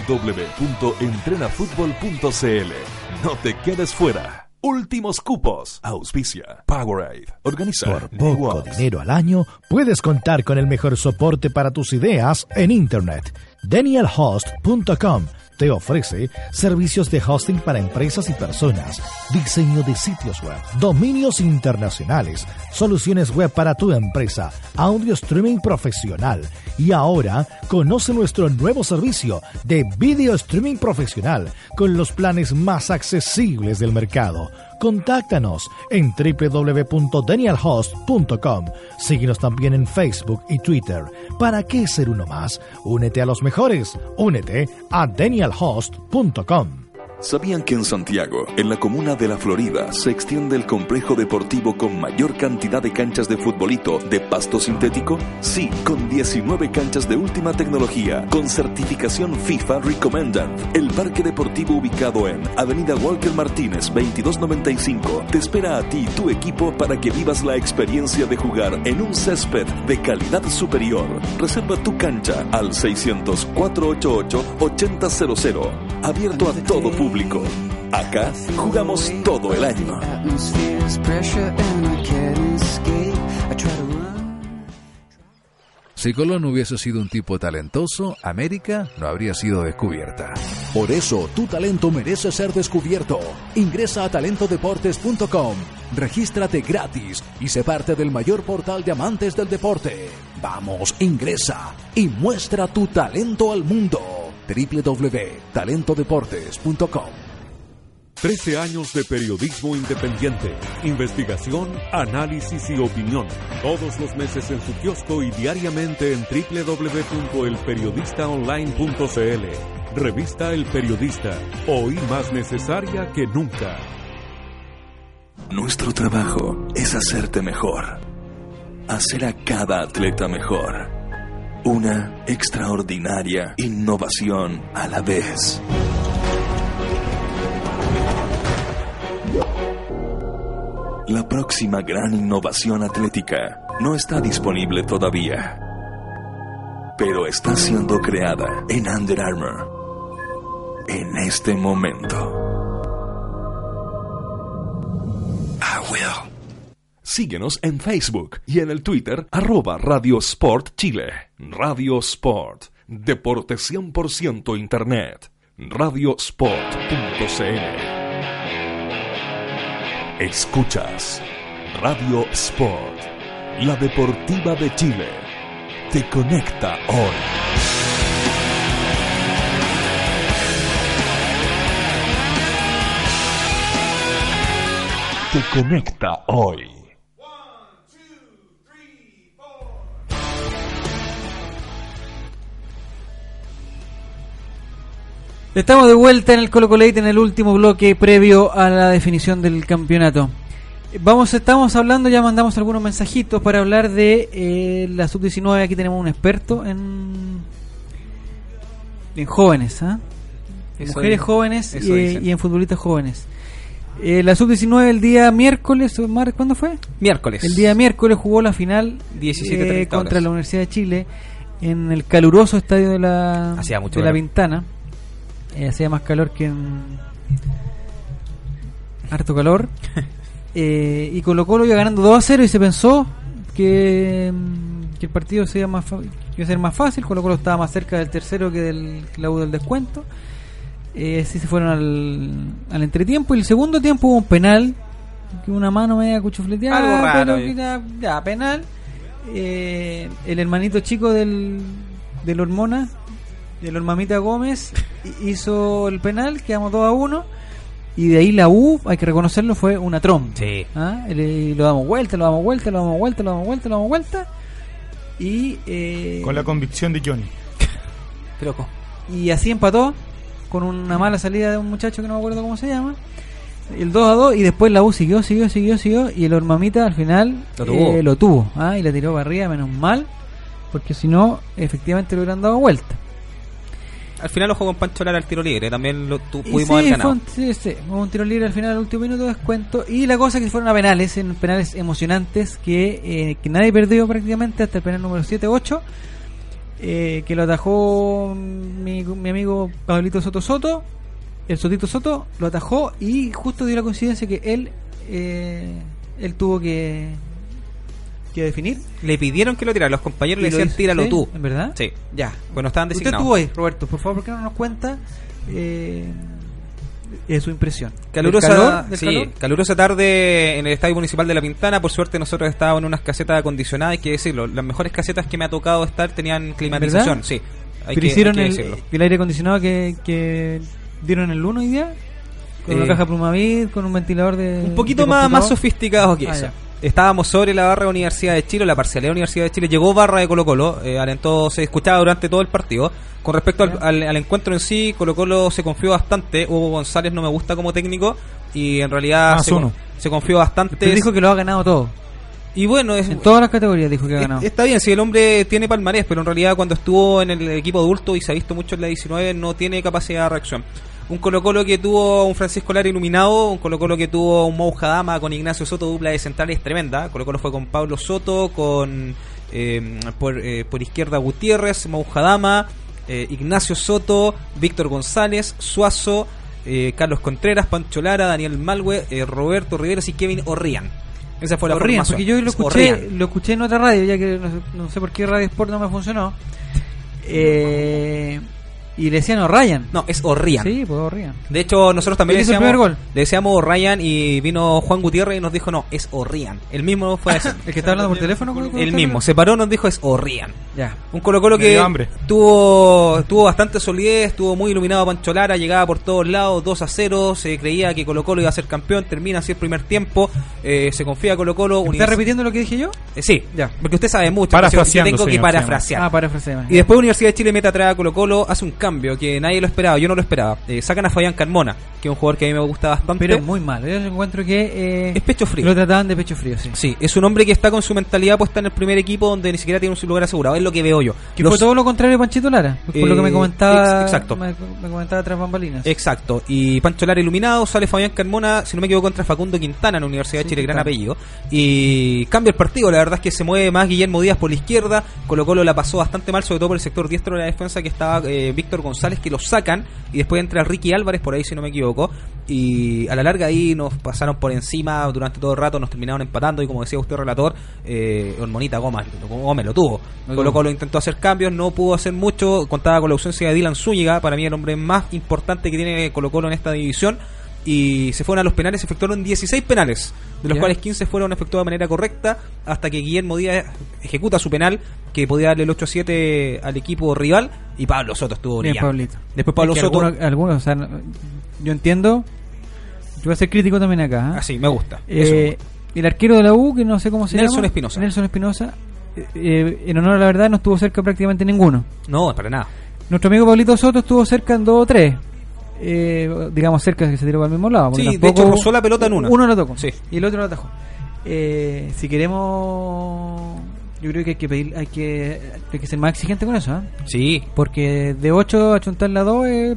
www.entrenafutbol.cl. No te quedes fuera. Últimos cupos. Auspicia Powerade. Organiza Por poco Networks. dinero al año, puedes contar con el mejor soporte para tus ideas en Internet. DanielHost.com te ofrece servicios de hosting para empresas y personas, diseño de sitios web, dominios internacionales, soluciones web para tu empresa, audio streaming profesional. Y ahora, conoce nuestro nuevo servicio de video streaming profesional con los planes más accesibles del mercado. Contáctanos en www.danielhost.com. Síguenos también en Facebook y Twitter. ¿Para qué ser uno más? Únete a los mejores. Únete a danielhost.com. ¿Sabían que en Santiago, en la comuna de La Florida, se extiende el complejo deportivo con mayor cantidad de canchas de futbolito de pasto sintético? Sí, con 19 canchas de última tecnología, con certificación FIFA Recommended. El parque deportivo ubicado en Avenida Walker Martínez 2295 te espera a ti y tu equipo para que vivas la experiencia de jugar en un césped de calidad superior. Reserva tu cancha al 600-488-8000. Abierto a todo público. Acá jugamos todo el año. Si Colón hubiese sido un tipo talentoso, América no habría sido descubierta. Por eso, tu talento merece ser descubierto. Ingresa a talentodeportes.com, regístrate gratis y sé parte del mayor portal de amantes del deporte. Vamos, ingresa y muestra tu talento al mundo. www.talentodeportes.com. 13 años de periodismo independiente, investigación, análisis y opinión. Todos los meses en su kiosco y diariamente en www.elperiodistaonline.cl. Revista El Periodista, hoy más necesaria que nunca. Nuestro trabajo es hacerte mejor, hacer a cada atleta mejor. Una extraordinaria innovación a la vez. La próxima gran innovación atlética no está disponible todavía, pero está siendo creada en Under Armour en este momento. Síguenos en Facebook y en el Twitter @Radio Sport Chile. Radio Sport, deporte 100% internet. Radiosport.cl. Escuchas Radio Sport, la deportiva de Chile. Te conecta hoy. Te conecta hoy. Estamos de vuelta en el Colo Colate en el último bloque previo a la definición del campeonato. Estamos hablando, ya mandamos algunos mensajitos para hablar de la sub-19. Aquí tenemos un experto en jóvenes, en mujeres jóvenes y en futbolistas jóvenes. La sub-19 el día miércoles, ¿cuándo fue? Miércoles. El día miércoles jugó la final 17:30 contra la Universidad de Chile en el caluroso estadio de la Pintana. Hacía más calor que en... harto calor. Y Colo Colo iba ganando 2-0 y se pensó que el partido iba a ser más fácil. Colo Colo estaba más cerca del tercero que del clavo del descuento. Sí se fueron al entretiempo. Y el segundo tiempo hubo un penal, una mano media cuchufleteada, algo raro, pero ya penal. El hermanito chico del Hormona, del Hormamita Gómez, hizo el penal, quedamos 2-1. Y de ahí la U, hay que reconocerlo, fue una trompa. Sí. Y lo damos vuelta. Y con la convicción de Johnny. Y así empató con una mala salida de un muchacho que no me acuerdo cómo se llama. El 2-2, y después la U siguió. Y el Hormamita al final lo tuvo. Y la tiró para arriba, menos mal, porque si no, efectivamente lo hubieran dado vuelta. Al final lo jugó con Pancho Lara al tiro libre, también pudimos haber ganado. Hubo un tiro libre al final, al último minuto de descuento. Y la cosa es que fueron a penales, en penales emocionantes, que nadie perdió prácticamente hasta el penal número 7-8, que lo atajó mi amigo Pablito Soto, el Sotito Soto, lo atajó, y justo dio la coincidencia que él tuvo que definir. Le pidieron que lo tirara, los compañeros le decían tíralo tú. ¿En verdad? Sí, ya. Bueno, estaban designados. Usted estuvo ahí, Roberto, por favor, ¿por qué no nos cuenta su impresión? Calurosa tarde en el Estadio Municipal de La Pintana. Por suerte nosotros estábamos en unas casetas acondicionadas, hay que decirlo. Las mejores casetas que me ha tocado estar tenían climatización. ¿Verdad? Sí. Pero hicieron el aire acondicionado que dieron el 1 hoy día, con una caja Plumavit, con un ventilador de... Un poquito más sofisticado que eso. Ya. Estábamos sobre la barra de Universidad de Chile, la parcialidad de Universidad de Chile. Llegó barra de Colo Colo, alentó, se escuchaba durante todo el partido. Con respecto al encuentro en sí, Colo Colo se confió bastante. Hugo González no me gusta como técnico, y en realidad se confió bastante. Pero dijo que lo ha ganado todo. Y bueno, en todas las categorías dijo que ha ganado. Está bien, si el hombre tiene palmarés, pero en realidad cuando estuvo en el equipo adulto y se ha visto mucho en la 19, no tiene capacidad de reacción. Un Colo Colo que tuvo un Francisco Lara iluminado, un Colo Colo que tuvo un Mouja Dama con Ignacio Soto, dupla de centrales tremenda. Colo Colo fue con Pablo Soto, con por izquierda Gutiérrez, Mouja Dama, Ignacio Soto, Víctor González, Suazo, Carlos Contreras, Pancho Lara, Daniel Malwe, Roberto Riveros y Kevin Orrián. Esa fue la Orrían, formación. porque yo lo escuché en otra radio, ya que no sé por qué Radio Sport no me funcionó. Y le decían O'Ryan. No, es O'Ryan. Sí, pues O'Ryan. De hecho, nosotros también ¿Él hizo el primer gol? le decíamos O'Ryan y vino Juan Gutiérrez y nos dijo, no, es O'Ryan. El mismo fue ese. ¿El que está hablando por teléfono? El mismo. Se paró, nos dijo, es O'Ryan. Ya. Un Colo-Colo Me dio que hambre. tuvo bastante solidez, estuvo muy iluminado Pancho Lara, llegaba por todos lados, 2-0, se creía que Colo-Colo iba a ser campeón, termina así el primer tiempo, se confía Colo-Colo. ¿Está repitiendo lo que dije yo? Sí, Ya. porque usted sabe mucho, Parafraseando, yo tengo que señor, parafrasear. parafrasear. Y después Universidad de Chile mete atrás a Colo-Colo, hace un cambio que nadie lo esperaba, yo no lo esperaba. Sacan a Fabián Carmona, que es un jugador que a mí me gusta bastante. Pero muy malo. Yo encuentro que es pecho frío. lo trataban de pecho frío, sí. Sí, es un hombre que está con su mentalidad puesta en el primer equipo donde ni siquiera tiene un lugar asegurado, es lo que veo yo. Que fue todo lo contrario de Panchito Lara, por lo que me comentaba. Exacto. Me comentaba tras bambalinas. Exacto, y Pancho Lara iluminado, sale Fabián Carmona, si no me equivoco, contra Facundo Quintana en la Universidad de Chile, gran apellido, y cambia el partido. La verdad es que se mueve más Guillermo Díaz por la izquierda, Colo-Colo la pasó bastante mal, sobre todo por el sector diestro de la defensa, que estaba Víctor González, que lo sacan, y después entra Ricky Álvarez por ahí, si no me equivoco, y a la larga ahí nos pasaron por encima durante todo el rato, nos terminaron empatando, y como decía usted, relator, Hormonita Gómez lo tuvo. Colo-Colo intentó hacer cambios, no pudo hacer mucho, contaba con la ausencia de Dylan Zúñiga, para mí el hombre más importante que tiene Colo-Colo en esta división, y se fueron a los penales, se efectuaron 16 penales, de los cuales 15 fueron efectuados de manera correcta, hasta que Guillermo Díaz ejecuta su penal, que podía darle el 8-7 al equipo rival, y Pablo Soto estuvo brillante. Después Pablo Soto... Algunos, o sea, yo entiendo, yo voy a ser crítico también acá. Así, me gusta. El arquero de la U, que no sé cómo se llama. Nelson Espinosa. En honor a la verdad, no estuvo cerca prácticamente ninguno. No, para nada. Nuestro amigo Pablito Soto estuvo cerca en 2 o 3. Digamos cerca, que se tiró para el mismo lado. Sí, de hecho rozó la pelota en una. Uno lo tocó, sí, y el otro lo atajó. Si queremos, yo creo que hay que ser más exigente con eso, ¿eh? Sí. Porque de 8 a chuntarle a 2 es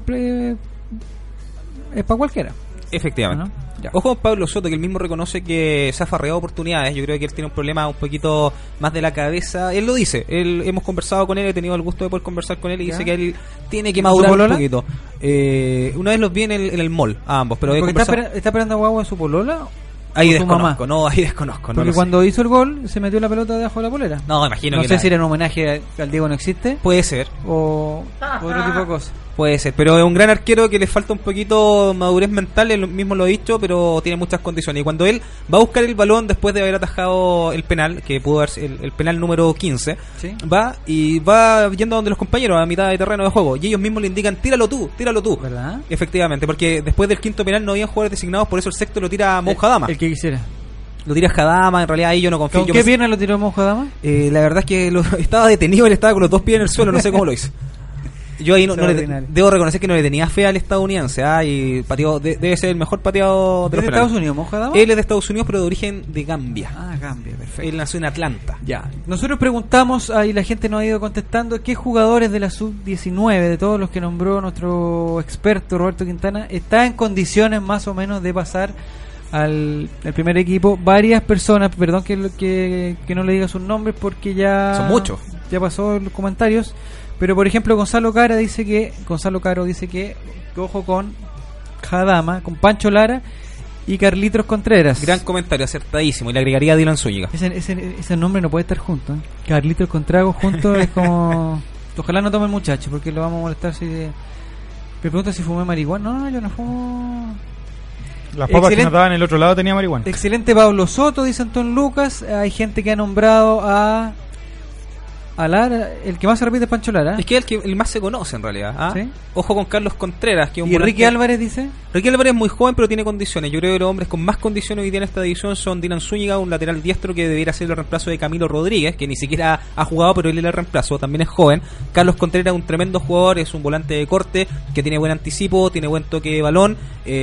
para cualquiera. Efectivamente. ¿No? Ojo con Pablo Soto, que él mismo reconoce que se ha farreado oportunidades. Yo creo que él tiene un problema un poquito más de la cabeza. Él lo dice. Hemos conversado con él, he tenido el gusto de poder conversar con él y dice que él tiene que madurar un poquito. Una vez los vi en el mall, a ambos. Pero ¿Está esperando a Guagua en su polola? Ahí desconozco. Porque cuando hizo el gol se metió la pelota debajo de la polera. No, imagino que no sé si era un homenaje al Diego No Existe. Puede ser. O otro tipo de cosas. Puede ser, pero es un gran arquero que le falta un poquito madurez mental, él mismo lo ha dicho, pero tiene muchas condiciones. Y cuando él va a buscar el balón después de haber atajado el penal, que pudo haber el penal número 15, ¿sí? va yendo a donde los compañeros a mitad de terreno de juego, y ellos mismos le indican, tíralo tú. ¿Verdad? Efectivamente, porque después del quinto penal no habían jugadores designados, por eso el sexto lo tira Moujadama. El que quisiera. Lo tira Jadama, en realidad ahí yo no confío. ¿Con qué pierna lo tiró Moujadama? La verdad es que estaba detenido, él estaba con los 2 pies en el suelo, no sé cómo lo hizo. Yo ahí debo reconocer que no le tenía fe al estadounidense, y pateó, debe ser el mejor pateado de los penales. ¿Es de Estados Unidos, Moujadama? Él es de Estados Unidos, pero de origen de Gambia. Gambia, perfecto. Él nació en Atlanta. Ya. Nosotros preguntamos, y la gente nos ha ido contestando, ¿qué jugadores de la sub-19, de todos los que nombró nuestro experto Roberto Quintana, está en condiciones más o menos de pasar al primer equipo? Varias personas, perdón que no le diga sus nombres porque ya... Son muchos. Ya pasó en los comentarios. Pero por ejemplo Gonzalo Caro dice que ojo con Jadama, con Pancho Lara y Carlitos Contreras. Gran comentario, acertadísimo. Y le agregaría a Dylan Zúñiga. Ese nombre no puede estar junto, ¿eh? Carlitos Contreras junto es como... Ojalá no tome el muchacho, porque lo vamos a molestar si... Me pregunto si fumé marihuana. No, yo no fumo... Las papas que nos daban en el otro lado tenía marihuana. Excelente Pablo Soto, dice Antón Lucas. Hay gente que ha nombrado a Lara, el que más se repite es Pancho Lara. Es que es el más se conoce en realidad. ¿Sí? Ojo con Carlos Contreras, que es un ¿Y Ricky Álvarez dice? Ricky Álvarez es muy joven, pero tiene condiciones. Yo creo que los hombres con más condiciones hoy día en esta división son Dylan Zúñiga, un lateral diestro que debiera ser el reemplazo de Camilo Rodríguez, que ni siquiera ha jugado, pero él es el reemplazo, también es joven. Carlos Contreras es un tremendo jugador, es un volante de corte, que tiene buen anticipo, tiene buen toque de balón,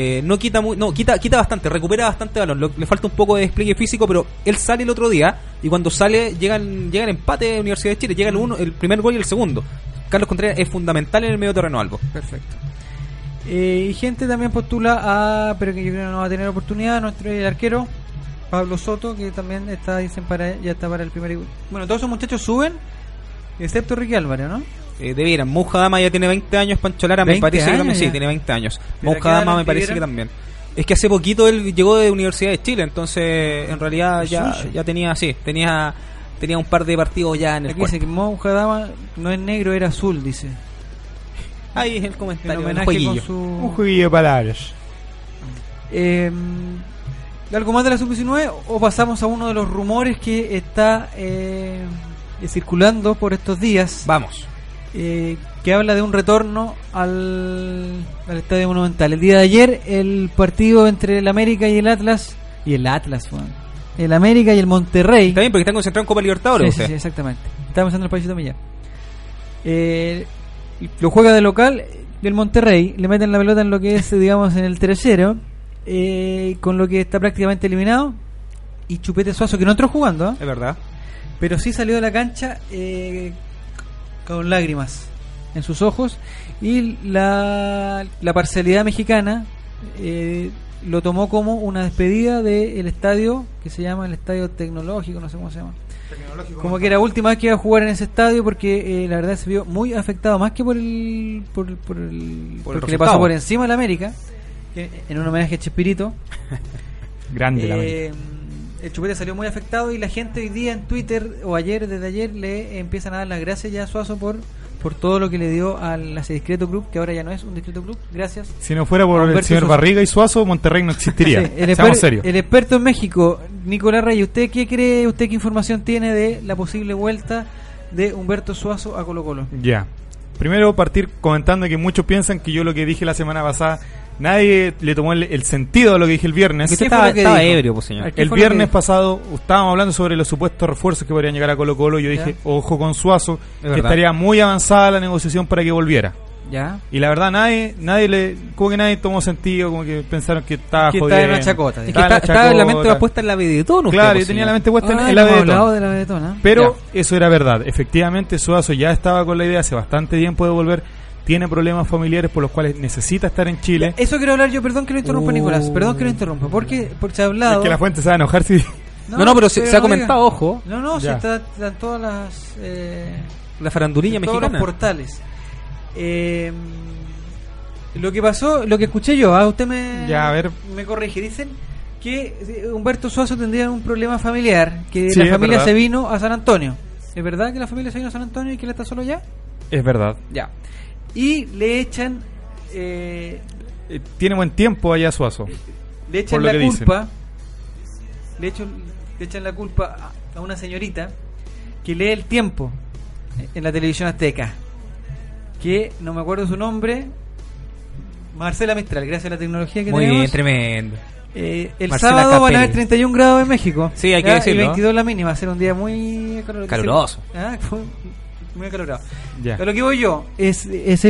quita bastante, recupera bastante balón, le falta un poco de despliegue físico, pero él sale el otro día, y cuando sale llegan empate de Universidad de Chile, llega el primer gol y el segundo. Carlos Contreras es fundamental en el medio terreno algo. Perfecto. Y gente también postula pero que yo creo que no va a tener oportunidad, nuestro arquero Pablo Soto, que también ya está para el primer. Bueno, todos esos muchachos suben, excepto Ricky Álvarez, ¿no? Debieran. Moujadama ya tiene 20 años, Pancho Lara me parece que sí, tiene 20 años. Moujadama me parece que también. Es que hace poquito él llegó de Universidad de Chile, entonces en realidad ya tenía un par de partidos ya en el Aquí cuerpo. dice que Mo Hadama no es negro, era azul, dice. Ahí es el En comentario, un homenaje jueguillo. con su... Un jueguillo de palabras. ¿Algo más de la sub-19 o pasamos a uno de los rumores que está circulando por estos días? Vamos. Que habla de un retorno al Estadio Monumental. El día de ayer, el partido entre el América y el Atlas, bueno, el América y el Monterrey. Está bien, porque están concentrados en Copa Libertadores. Sí, exactamente. Estamos pensando en el Paisito Millán. Lo juega de local del Monterrey, le meten la pelota en lo que es, digamos, en el tercero, con lo que está prácticamente eliminado. Y Chupete Suazo, que no entró jugando, Es verdad. pero sí salió de la cancha con lágrimas en sus ojos, y la parcialidad mexicana lo tomó como una despedida del estadio que se llama el Estadio Tecnológico, no sé cómo se llama, como que era la última vez que iba a jugar en ese estadio, porque la verdad se vio muy afectado, más que porque le pasó por encima a la América, en un homenaje a Chespirito. Grande la América. El Chupete salió muy afectado, y la gente hoy día en Twitter, o desde ayer, le empiezan a dar las gracias ya a Suazo por todo lo que le dio a ese discreto club, que ahora ya no es un discreto club. Gracias. Si no fuera por el Humberto señor Suazo. Barriga y Suazo, Monterrey no existiría. Sí, Seamos serios. el experto en México, Nicolás Reyes, ¿usted qué cree, qué información tiene de la posible vuelta de Humberto Suazo a Colo-Colo? Ya. Primero partir comentando que muchos piensan que yo lo que dije la semana pasada, nadie le tomó el sentido a lo que dije el viernes. Usted estaba ebrio, pues, señor. El viernes pasado estábamos hablando sobre los supuestos refuerzos que podrían llegar a Colo-Colo. Yo dije, ojo con Suazo, que estaría muy avanzada la negociación para que volviera. Ya. Y la verdad nadie tomó sentido, como que pensaron que estaba jodiendo. Estaba en una chacota. Es que estaba la mente puesta en la Vedetón. Claro, yo tenía la mente puesta en la Vedetón. De la Vedetón, pero eso era verdad. Efectivamente, Suazo ya estaba con la idea hace bastante tiempo de volver. Tiene problemas familiares por los cuales necesita estar en Chile. Eso quiero hablar yo, perdón que lo interrumpa, Nicolás. Perdón que lo interrumpa. Porque se ha hablado. Es que la fuente se va a enojar si... No, pero se ha comentado, ojo. No, si están todas las... la farandulilla mexicana. Todos los portales. Lo que pasó, lo que escuché yo, usted me corrige, dicen que Humberto Suazo tendría un problema familiar, que la familia se vino a San Antonio. ¿Es verdad que la familia se vino a San Antonio y que él está solo allá? Es verdad. Ya. Y le echan... tiene buen tiempo allá Suazo. Le echan la culpa. Le echan la culpa a una señorita que lee El Tiempo en la televisión azteca, que no me acuerdo su nombre. Marcela Mistral, gracias a la tecnología que tenemos. Muy bien, tremendo. El sábado van a haber 31 grados en México. Sí, hay que decirlo. Y 22 la mínima, va a ser un día muy caluroso. Muy acalorado. Ya. A lo que voy yo no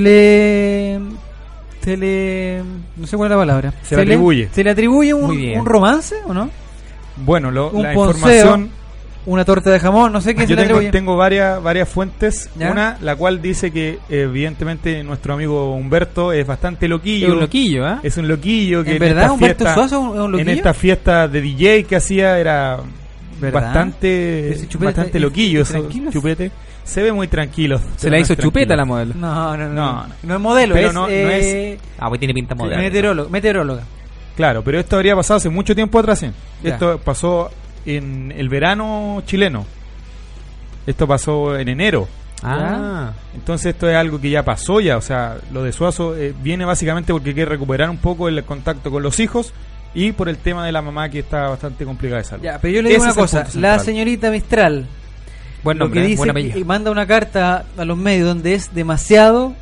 sé cuál es la palabra. Se le atribuye un romance, ¿o no? Bueno, un la ponceo, información, una torta de jamón, no sé qué. Yo tengo varias fuentes. ¿Ya? Una, la cual dice que evidentemente nuestro amigo Humberto es bastante loquillo. Es un loquillo, ¿eh? Es un loquillo que ¿En verdad Humberto Suazo es un loquillo? En esta fiesta de DJ que hacía era bastante loquillo. Chupete. Se ve muy tranquilo. Se la hizo Chupeta la modelo. No es modelo, pero no es. Pues tiene pinta modelo. Meteoróloga. Claro, pero esto habría pasado hace mucho tiempo atrás. ¿Sí? Esto pasó en el verano chileno. Esto pasó en enero. Entonces esto es algo que ya pasó ya. O sea, lo de Suazo viene básicamente porque quiere recuperar un poco el contacto con los hijos y por el tema de la mamá, que está bastante complicada de salud. Ya, pero yo le digo una cosa. La señorita Mistral, buen nombre, lo que dice, y manda una carta a los medios donde es demasiado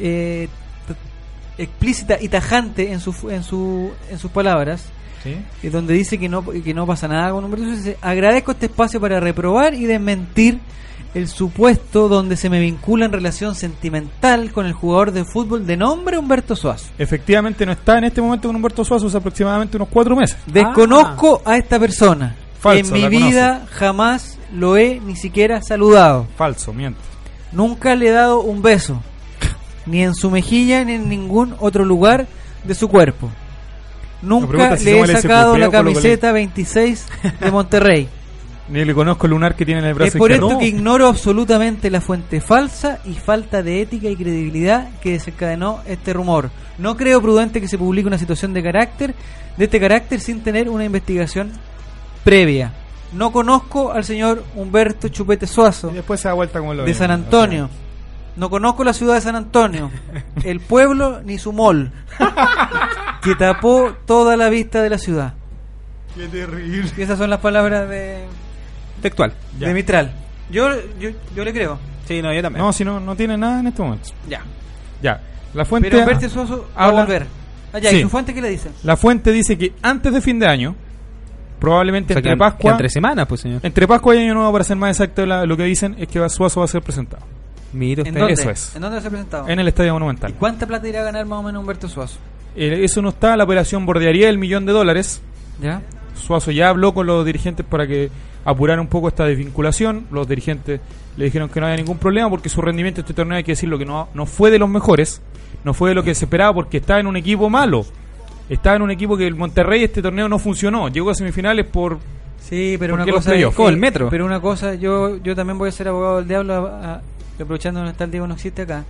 explícita y tajante en sus palabras. ¿Sí? Donde dice que no pasa nada con Humberto Suazo. Agradezco este espacio para reprobar y desmentir el supuesto donde se me vincula en relación sentimental con el jugador de fútbol de nombre Humberto Suazo. Efectivamente no está en este momento con Humberto Suazo hace aproximadamente unos 4 meses. Desconozco a esta persona. Falso, en mi vida jamás lo he ni siquiera saludado. Falso, miente. Nunca le he dado un beso, ni en su mejilla ni en ningún otro lugar de su cuerpo. Nunca le he sacado la camiseta 26 de Monterrey. Ni le conozco el lunar que tiene en el brazo Es por izquierdo. esto que ignoro absolutamente la fuente falsa y falta de ética y credibilidad que desencadenó este rumor. No creo prudente que se publique una situación de este carácter sin tener una investigación previa. No conozco al señor Humberto Chupete Suazo Y después se da vuelta como lo de San Antonio. No conozco la ciudad de San Antonio, el pueblo ni su mall, que tapó toda la vista de la ciudad. Qué terrible. Y esas son las palabras de Textual. Mistral. Yo le creo. Sí, no, yo también. No, si no tiene nada en este momento. Ya. Ya. La fuente Pero Humberto Suazo va a habla- volver. Allá, Sí. ¿y su fuente qué le dice? La fuente dice que antes de fin de año, probablemente O sea, entre quedan Pascua, 3 semanas, pues, señor. entre Pascua y Año Nuevo, para ser más exacto, lo que dicen es que Suazo va a ser presentado Mire ¿En usted. dónde? Eso es. ¿En dónde se ha presentado? en el Estadio Monumental. ¿Y cuánta plata irá a ganar más o menos Humberto Suazo? Eso no está, la operación bordearía el $1.000.000. ¿Ya? Suazo ya habló con los dirigentes para que apuraran un poco esta desvinculación. Los dirigentes le dijeron que no había ningún problema porque su rendimiento este torneo, hay que decirlo, que no fue de los mejores, no fue de lo que se esperaba porque estaba en un equipo malo. Estaba en un equipo que el Monterrey este torneo no funcionó. Llegó a semifinales por... Sí, pero ¿Por una qué los cosa playoffs? Como el Metro. Pero una cosa, yo también voy a ser abogado del diablo, aprovechando que no está el Diego, no existe acá.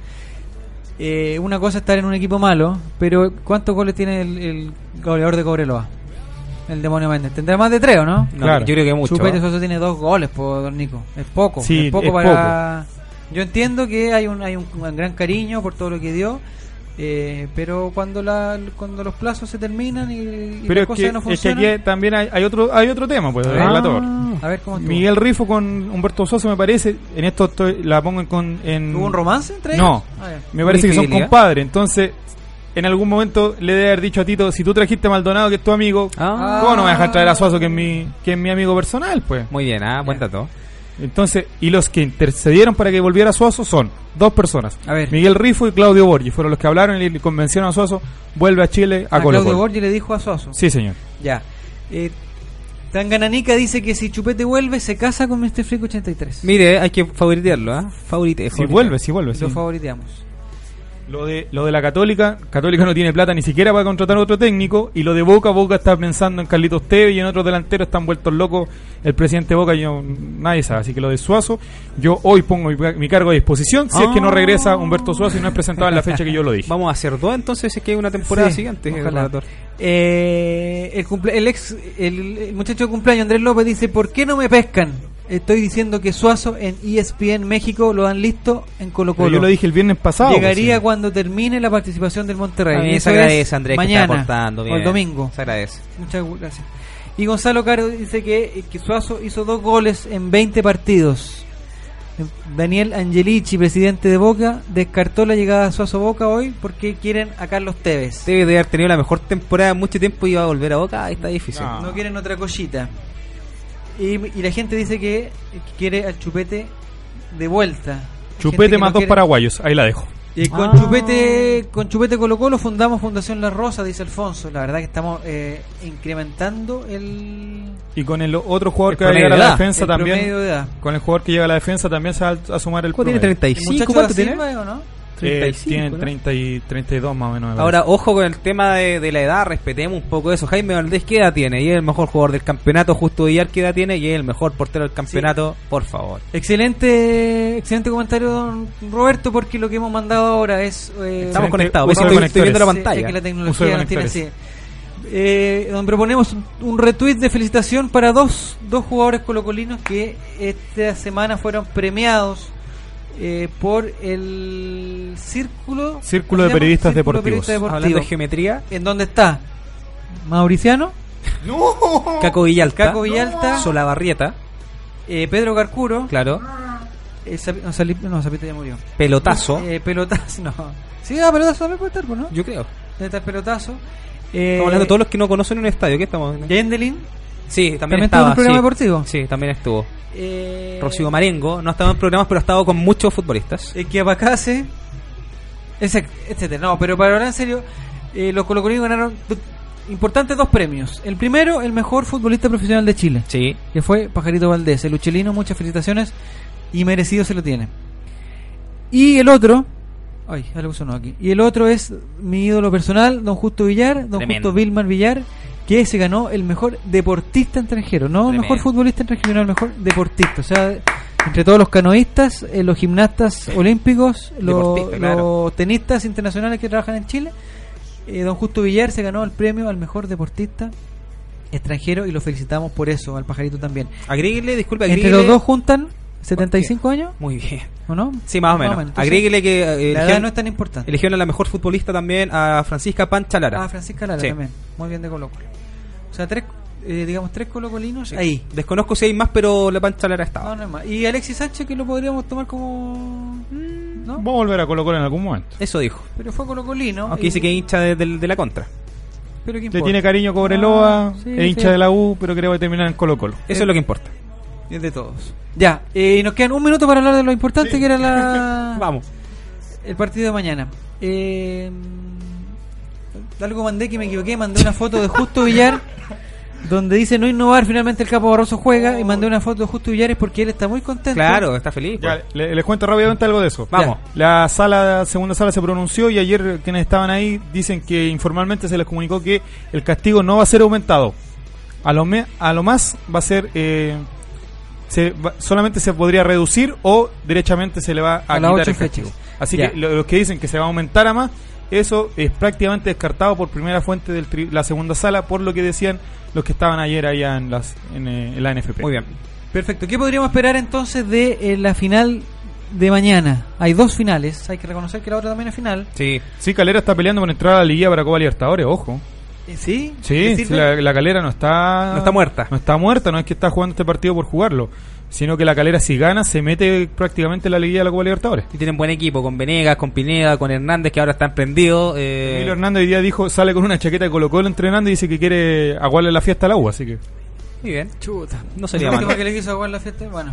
Una cosa es estar en un equipo malo, pero ¿cuántos goles tiene el goleador de Cobreloa? El demonio Méndez. ¿Tendrá más de 3 o no? No, Claro. yo creo que mucho. Chupete Suazo tiene 2 goles, por don Nico. Es poco. Sí, es poco es para. Yo entiendo que hay un gran cariño por todo lo que dio. Pero cuando los plazos se terminan y Pero las es cosas que, no es que funcionan. aquí también hay otro tema, pues, relator. A ver cómo estuvo. Miguel Rifo con Humberto Suazo, me parece, en esto la pongo en... ¿Tuvo un romance entre ellos? No, Ah, ya. me parece que son Infidelidad. compadres. Entonces, en algún momento le debe haber dicho a Tito, si tú trajiste a Maldonado, que es tu amigo, ¿cómo no me dejas traer a Suazo, que es mi amigo personal? Pues. Muy bien, buen dato. Entonces, y los que intercedieron para que volviera Suazo son 2 personas. A ver. Miguel Rifo y Claudio Borgi fueron los que hablaron y le convencieron a Suazo, vuelve a Chile a Colo Claudio Colo. Borgi le dijo a Suazo. Sí, señor. Ya. Tangananica dice que si Chupete vuelve, se casa con Mr. Freak 83. Mire, hay que favoritearlo, Si vuelve, sí. Lo favoriteamos. Lo de la Católica no tiene plata ni siquiera para contratar otro técnico, y lo de Boca está pensando en Carlitos Tevez y en otros delanteros, están vueltos locos el presidente Boca y nadie sabe. Así que lo de Suazo, yo hoy pongo mi cargo a disposición si es que no regresa Humberto Suazo y no es presentado en la fecha que yo lo dije. Vamos a hacer 2 entonces, si es que hay una temporada Sí, siguiente. ojalá. relator. El muchacho de cumpleaños Andrés López dice: ¿por qué no me pescan? Estoy diciendo que Suazo en ESPN México lo han listo en Colo Pero Colo. yo lo dije el viernes pasado. Llegaría pues, cuando termine la participación del Monterrey. A mí Eso se agradece, es Andrés, que mañana está aportando bien. o el domingo. Se agradece. Muchas gracias. Y Gonzalo Caro dice que Suazo hizo 2 goles en 20 partidos. Daniel Angelici, presidente de Boca, descartó la llegada de Suazo a Boca hoy porque quieren a Carlos Tevez. Debe de haber tenido la mejor temporada en mucho tiempo y va a volver a Boca. Ahí está difícil. No. No quieren otra cosita. Y la gente dice que quiere al Chupete de vuelta. Hay gente Chupete que más no 2 quiere. paraguayos, ahí la dejo. Con Chupete Colo Colo fundamos Fundación La Rosa, dice Alfonso. La verdad que estamos incrementando el Y con el otro jugador El que va a promedio llegar a de la edad. defensa promedio también. de edad. Con el jugador que llega a la defensa también se va a sumar el ¿Cuánto tiene? promedio. ¿El 35. muchacho ¿Cuánto da tiene? Silva, o no? 35, Tienen ¿no? 30 y 32 más o menos. me Ahora, parece. ojo con el tema de la edad, respetemos un poco eso. Jaime Valdés, ¿qué edad tiene? Y es el mejor jugador del campeonato. Justo Villar, ¿qué edad tiene? Y es el mejor portero del campeonato. Por favor. Excelente comentario, don Roberto, porque lo que hemos mandado ahora es... Estamos conectados. uso de Estoy viendo la conectores. pantalla. Es que la Uso de tecnología nos tiene así. conectores. Donde proponemos un retweet de felicitación para dos jugadores colocolinos que esta semana fueron premiados por el Círculo Círculo ¿cómo se de llama? Periodistas Círculo de Deportivos. Periodistas Hablando de geometría, ¿En dónde está? Mauriciano, Caco Villalta, Caco Villalta, Solabarrieta, Pedro Carcuro, claro, Zapita ya murió. Pelotazo. Pelotazo, no. Sí, Pelotazo también puede estar, pues, ¿no? Yo creo. Debe estar Pelotazo. Estamos hablando de todos los que no conocen un estadio. ¿Qué estamos? Yendelin. Sí, también estuvo estaba. en un programa sí. deportivo. Sí, también estuvo. Rocío Marengo, no ha estado en programas, pero ha estado con muchos futbolistas. Que Abacase, etcétera. No, pero para hablar en serio, los colocolinos ganaron importantes 2 premios. El primero, el mejor futbolista profesional de Chile, Sí. que fue Pajarito Valdés. El uchelino, muchas felicitaciones y merecido se lo tiene. Y el otro, algo sonó aquí. Y el otro es mi ídolo personal, don Justo Villar, don Tremendo. Justo Vilmar Villar, que se ganó el mejor deportista extranjero, no el mejor futbolista extranjero, sino el mejor deportista. O sea, entre todos los canoístas, los gimnastas olímpicos, los tenistas internacionales que trabajan en Chile, don Justo Villar se ganó el premio al mejor deportista extranjero y lo felicitamos por eso, al pajarito también. Agríguele, disculpe, entre los dos juntan 75 años. Muy bien. ¿O no? Sí, más o menos. Entonces, agríguele que la edad no es tan importante. Eligieron a la mejor futbolista también, a Francisca Pancha Lara. Francisca Lara también. Muy bien de Colo-Colo. O sea, tres colocolinos ahí. Desconozco si hay más, pero la Pancha Lara estaba. No hay más. Y Alexis Sánchez, que lo podríamos tomar como... ¿no? Vamos a volver a Colo-Colo en algún momento. Eso dijo. Pero fue colocolino. Aunque dice que hincha de la contra. Pero ¿qué le tiene cariño a Cobreloa, es hincha de la U, pero creo que terminar en Colo-Colo. Eso es lo que importa. Es de todos. Ya, y nos quedan un minuto para hablar de lo importante que era Vamos. El partido de mañana. Algo mandé que me equivoqué, mandé una foto de Justo Villar donde dice no innovar, finalmente el Capo Barroso juega, y mandé una foto de Justo Villares porque él está muy contento. Claro, está feliz. Ya, les cuento rápidamente algo de eso. Vamos. La segunda sala se pronunció y ayer quienes estaban ahí dicen que informalmente se les comunicó que el castigo no va a ser aumentado. A lo más va a ser solamente se podría reducir o derechamente se le va a quitar el castigo. Así que los que dicen que se va a aumentar a más, eso es prácticamente descartado por primera fuente de la segunda sala, por lo que decían los que estaban ayer allá en la NFP. Muy bien. Perfecto. ¿Qué podríamos esperar entonces de la final de mañana? Hay dos finales, hay que reconocer que la otra también es final. Sí, Calera está peleando por entrar a la liguilla para Copa Libertadores, ojo. ¿Sí? Sí, la Calera no está muerta. No está muerta, no es que está jugando este partido por jugarlo, sino que la Calera, si gana, se mete prácticamente en la liguilla de la Copa Libertadores. Y tienen buen equipo, con Venegas, con Pineda, con Hernández, que ahora están prendidos. Emilio Hernández hoy día sale con una chaqueta de Colo-Colo entrenando y dice que quiere aguarle la fiesta a la U, así que... Muy bien. Chuta. No sería malo. ¿Por qué le quiso aguar la fiesta? Bueno.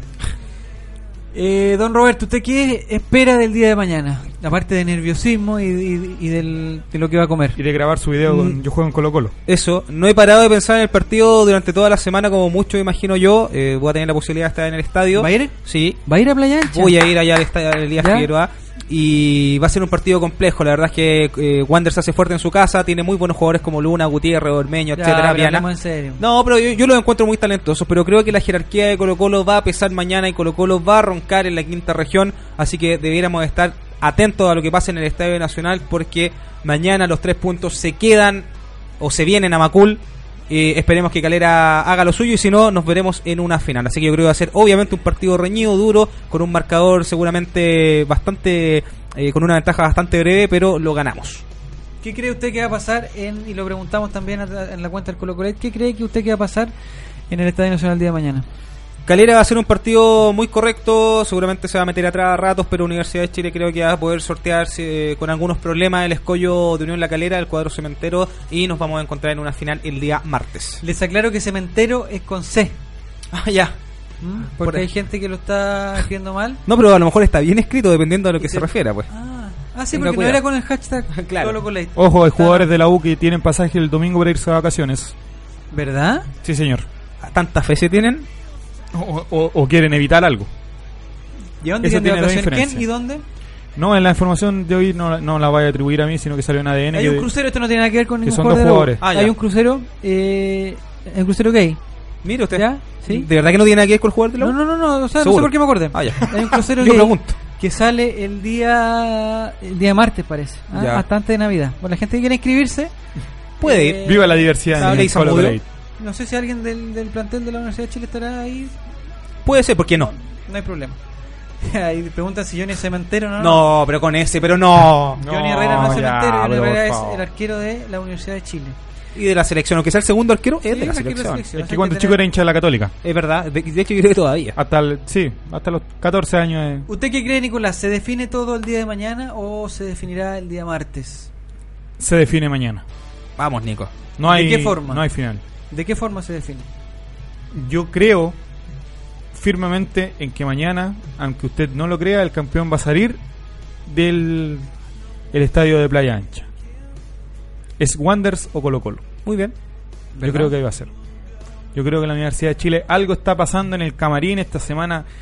Don Roberto, ¿usted qué espera del día de mañana? Aparte de nerviosismo y de lo que va a comer. Y de grabar su video con Yo Juego en Colo-Colo. Eso, no he parado de pensar en el partido durante toda la semana, como mucho imagino yo. Voy a tener la posibilidad de estar en el estadio. ¿Va a ir? Sí. ¿Va a ir a Playa Ancha? Voy a ir allá al estadio Elías Figueroa. Y va a ser un partido complejo. La verdad es que Wander se hace fuerte en su casa. Tiene muy buenos jugadores como Luna, Gutiérrez, Ormeño, etcétera. En serio. No, pero yo los encuentro muy talentosos. Pero creo que la jerarquía de Colo-Colo va a pesar mañana y Colo-Colo va a roncar en la quinta región. Así que debiéramos estar atentos a lo que pase en el Estadio Nacional, porque mañana los 3 puntos se quedan o se vienen a Macul. Esperemos que Calera haga lo suyo, y si no, nos veremos en una final. Así que yo creo que va a ser obviamente un partido reñido, duro, con un marcador seguramente bastante con una ventaja bastante breve, pero lo ganamos. ¿Qué cree usted que va a pasar y lo preguntamos también en la cuenta del Colo-Colo, ¿qué cree que usted que va a pasar en el Estadio Nacional el día de mañana? Calera va a ser un partido muy correcto, seguramente se va a meter atrás a ratos, pero Universidad de Chile creo que va a poder sortearse con algunos problemas el escollo de Unión La Calera, el cuadro cementero, y nos vamos a encontrar en una final el día martes. Les aclaro que cementero es con C. Ah, ya. Porque hay gente que lo está escribiendo mal. No, pero a lo mejor está bien escrito dependiendo de lo que se refiera, pues. Sí, porque no era con el hashtag. Claro. Ojo, hay jugadores de la U que tienen pasaje el domingo para irse a vacaciones. ¿Verdad? Sí, señor. ¿Tanta fe se tienen? O quieren evitar algo. ¿Y dónde tienen de vacaciones? ¿Quién y dónde? No, en la información de hoy no la voy a atribuir a mí, sino que salió en ADN. Hay un crucero, esto no tiene nada que ver con ningún son dos jugadores. Hay un crucero, un crucero gay. Mire usted. ¿Ya? ¿Sí? ¿De verdad que no tiene nada que ver con el jugador de la U? No, o sea, no sé por qué me acordé. Ya. Hay un crucero Yo gay pregunto. que sale el día martes, parece. Hasta antes de Navidad. Bueno, la gente que quiere inscribirse puede ir. Viva la diversidad en el Colo-Colo. No sé si alguien del plantel de la Universidad de Chile estará ahí. Puede ser, ¿por qué no? No hay problema. Ahí preguntan si Johnny es cementero, ¿no? No, pero con ese, pero no. Johnny Herrera no es cementero, Johnny Herrera es el arquero de la Universidad de Chile. Y de la selección, aunque sea el segundo arquero, es de la selección. Es que cuando chico era hincha de la Católica. Es verdad, de hecho yo creo que todavía. Hasta los 14 años. ¿Usted qué cree, Nicolás? ¿Se define todo el día de mañana o se definirá el día martes? Se define mañana. Vamos, Nico. ¿De qué forma? No hay final. ¿De qué forma se define? Yo creo firmemente en que mañana, aunque usted no lo crea, el campeón va a salir del estadio de Playa Ancha. Es Wanderers o Colo-Colo. Muy bien. Yo creo que ahí va a ser. Yo creo que la Universidad de Chile, algo está pasando en el camarín esta semana.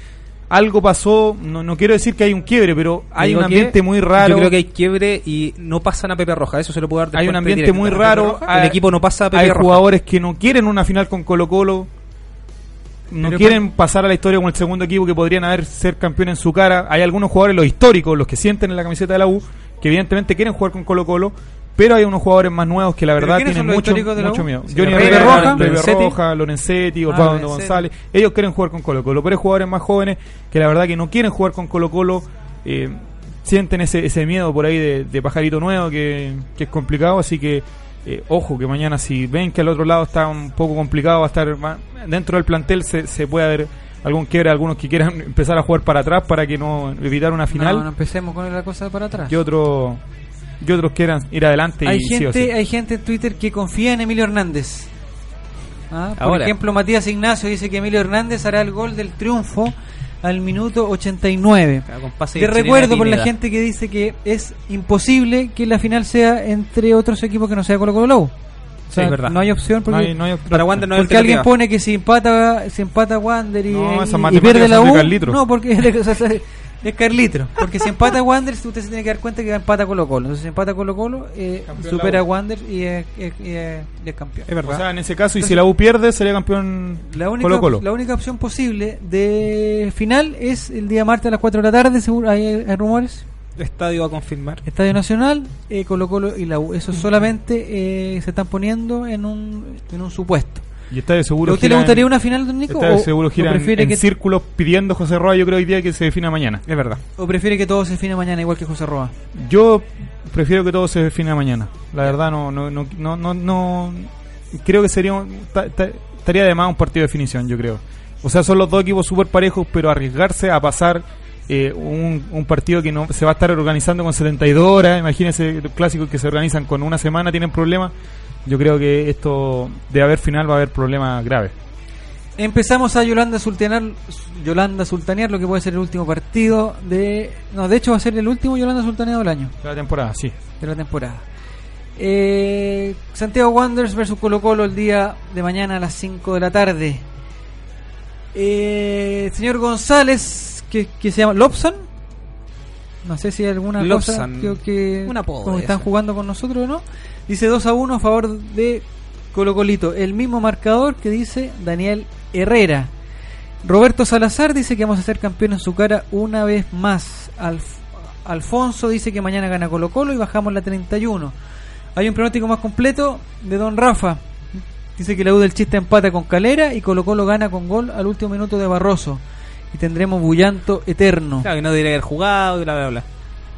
algo pasó, no quiero decir que hay un quiebre, pero hay un ambiente muy raro. Yo creo que hay quiebre y no pasan a Pepe Roja, eso se lo puedo dar. Hay un ambiente muy raro. El equipo no pasa a Pepe Roja. Hay jugadores que no quieren una final con Colo-Colo, no quieren pasar a la historia como el segundo equipo que podrían ser campeón en su cara. Hay algunos jugadores, los históricos, los que sienten en la camiseta de la U, que evidentemente quieren jugar con Colo-Colo, pero hay unos jugadores más nuevos que la verdad tienen mucho miedo. Sí, Johnny Roja, Lorenzetti, Osvaldo González, ellos quieren jugar con Colo-Colo, pero hay jugadores más jóvenes que la verdad que no quieren jugar con Colo-Colo, sienten ese miedo por ahí de pajarito nuevo que es complicado, así que ojo que mañana si ven que al otro lado está un poco complicado, va a estar dentro del plantel, se puede haber algún quiebre, algunos que quieran empezar a jugar para atrás para que no evitar una final. No empecemos con la cosa para atrás. Y otros quieran ir adelante. Hay gente en Twitter que confía en Emilio Hernández. Por ejemplo, Matías Ignacio dice que Emilio Hernández hará el gol del triunfo al minuto 89. Te recuerdo por la gente que dice que es imposible que la final sea entre otros equipos que no sea Colo-Colo Lobo. O sea, verdad. No hay opción porque, no hay para Wander no hay porque alguien pone que si empata Wander y pierde la U, no, porque es Carlitro, porque si empata Wander usted se tiene que dar cuenta que empata Colo-Colo. Entonces si empata Colo-Colo supera a Wander y es campeón. Es verdad. O sea, en ese caso, y si la U pierde sería campeón Colo-Colo. La única opción posible de final es el día martes a las 4 de la tarde, seguro hay rumores. Estadio a confirmar. Estadio Nacional, Colo-Colo y la U. Eso solamente se están poniendo en un supuesto. ¿Y Estadio seguro? ¿A usted le gustaría una final, don Nico? Estadio seguro gira en círculos pidiendo José Roa. Yo creo hoy día que se defina mañana. Es verdad. ¿O prefiere que todo se defina mañana igual que José Roa? Yo prefiero que todo se defina mañana. La verdad no creo que estaría de más un partido de definición, yo creo. O sea, son los dos equipos súper parejos, pero arriesgarse a pasar un partido que no se va a estar organizando con 72 horas, imagínense los clásicos que se organizan con una semana, tienen problemas. Yo creo que esto de haber final va a haber problemas graves. Empezamos a Yolanda Sultanear lo que puede ser el último partido de hecho va a ser el último Yolanda Sultaneado del año. De la temporada, sí. De la temporada. Santiago Wanderers versus Colo-Colo el día de mañana a las 5 de la tarde. Señor González, que se llama Lobsan, no sé si hay alguna Lobsan, cosa que como están jugando con nosotros o no, dice 2-1 a favor de Colo-Colito, el mismo marcador que dice Daniel Herrera. Roberto Salazar dice que vamos a ser campeones en su cara una vez más. Alfonso dice que mañana gana Colo-Colo y bajamos la 31. Hay un pronóstico más completo de don Rafa, dice que la U del Chiste empata con Calera y Colo-Colo gana con gol al último minuto de Barroso. Y tendremos bullanto eterno. Claro, que no debería haber jugado y bla, bla, bla.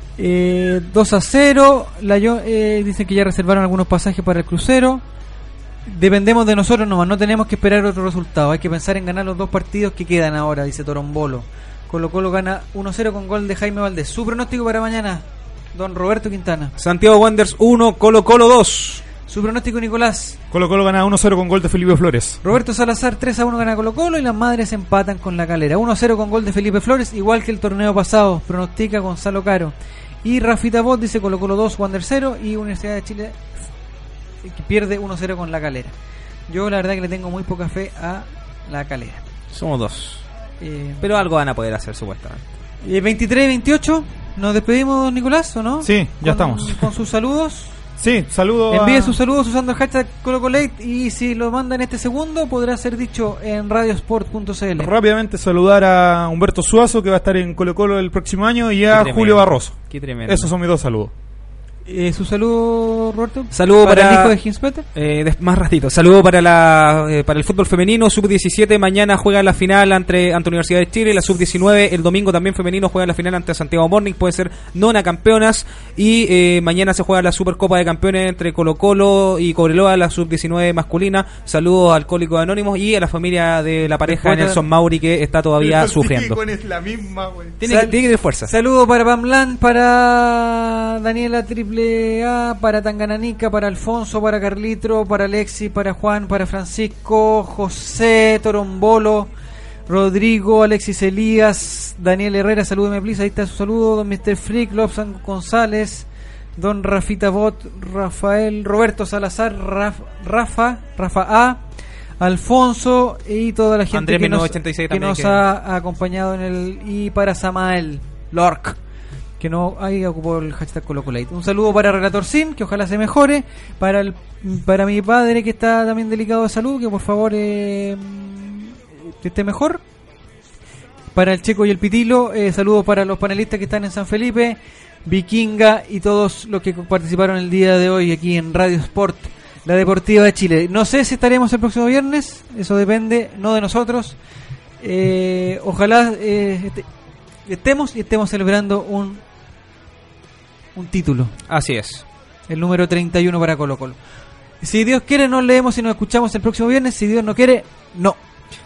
2-0. Dicen que ya reservaron algunos pasajes para el crucero. Dependemos de nosotros nomás, no tenemos que esperar otro resultado. Hay que pensar en ganar los dos partidos que quedan ahora, dice Torombolo. Colo-Colo gana 1-0 con gol de Jaime Valdés. Su pronóstico para mañana, don Roberto Quintana. Santiago Wanderers 1, Colo-Colo 2. Su pronóstico, Nicolás. Colo-Colo gana 1-0 con gol de Felipe Flores. Roberto Salazar 3-1 gana Colo-Colo y las madres empatan con la Calera. 1-0 con gol de Felipe Flores, igual que el torneo pasado. Pronostica Gonzalo Caro. Y Rafita Bot dice Colo-Colo 2, Wander 0 y Universidad de Chile que pierde 1-0 con la Calera. Yo la verdad que le tengo muy poca fe a la Calera. Somos dos. Pero algo van a poder hacer supuestamente. 23-28, ¿nos despedimos, Nicolás, o no? Sí, ya estamos. Con sus saludos. Sí, saludos. Envíe sus saludos usando el hashtag ColoColate y si lo manda en este segundo podrá ser dicho en radiosport.cl. Rápidamente saludar a Humberto Suazo, que va a estar en Colo-Colo el próximo año, y a Julio Barroso. Qué tremendo. Esos son mis dos saludos. ¿Su saludo, Roberto? Saludo para el hijo de Hinspeter. Más ratito. Saludo para el fútbol femenino. Sub-17 mañana juega la final ante Universidad de Chile. La Sub-19 el domingo también femenino juega la final ante Santiago Morning. Puede ser nona campeonas. Y mañana se juega la Supercopa de Campeones entre Colo-Colo y Cobreloa, la Sub-19 masculina. Saludos a Alcohólicos Anónimos y a la familia de la pareja Nelson Mauri, que está todavía sufriendo. Es la misma, tiene que tener fuerza. Saludos para Pamlan, para Daniela Triple A, para Tangananica, para Alfonso, para Carlitro, para Alexi, para Juan, para Francisco, José, Torombolo, Rodrigo, Alexis Elías, Daniel Herrera, salúdeme please, ahí está su saludo, don Mr. Freak, Lobsan González, don Rafita Bot, Rafael, Roberto Salazar, Rafa A, Alfonso y toda la gente Andrés que 1986 que también, nos que- ha acompañado en el... Y para Samael Lork, que no ahí ocupó el hashtag Colocolate. Un saludo para Relator Sin, que ojalá se mejore. Para mi padre, que está también delicado de salud, que por favor que esté mejor. Para el Checo y el Pitilo, saludos para los panelistas que están en San Felipe, Vikinga y todos los que participaron el día de hoy aquí en Radio Sport, la Deportiva de Chile. No sé si estaremos el próximo viernes, eso depende, no de nosotros. Ojalá estemos celebrando un título. Así es. El número 31 para Colo Colo. Si Dios quiere, nos leemos y nos escuchamos el próximo viernes. Si Dios no quiere, no.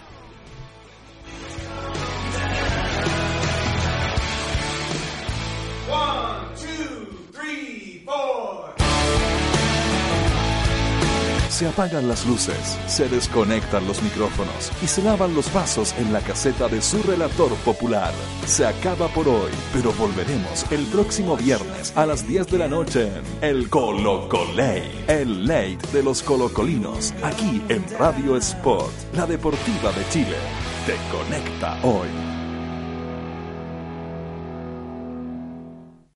Se apagan las luces, se desconectan los micrófonos y se lavan los vasos en la caseta de su relator popular. Se acaba por hoy, pero volveremos el próximo viernes a las 10 de la noche en El Colocolate, el late de los colocolinos, aquí en Radio Sport, la Deportiva de Chile. Te conecta hoy.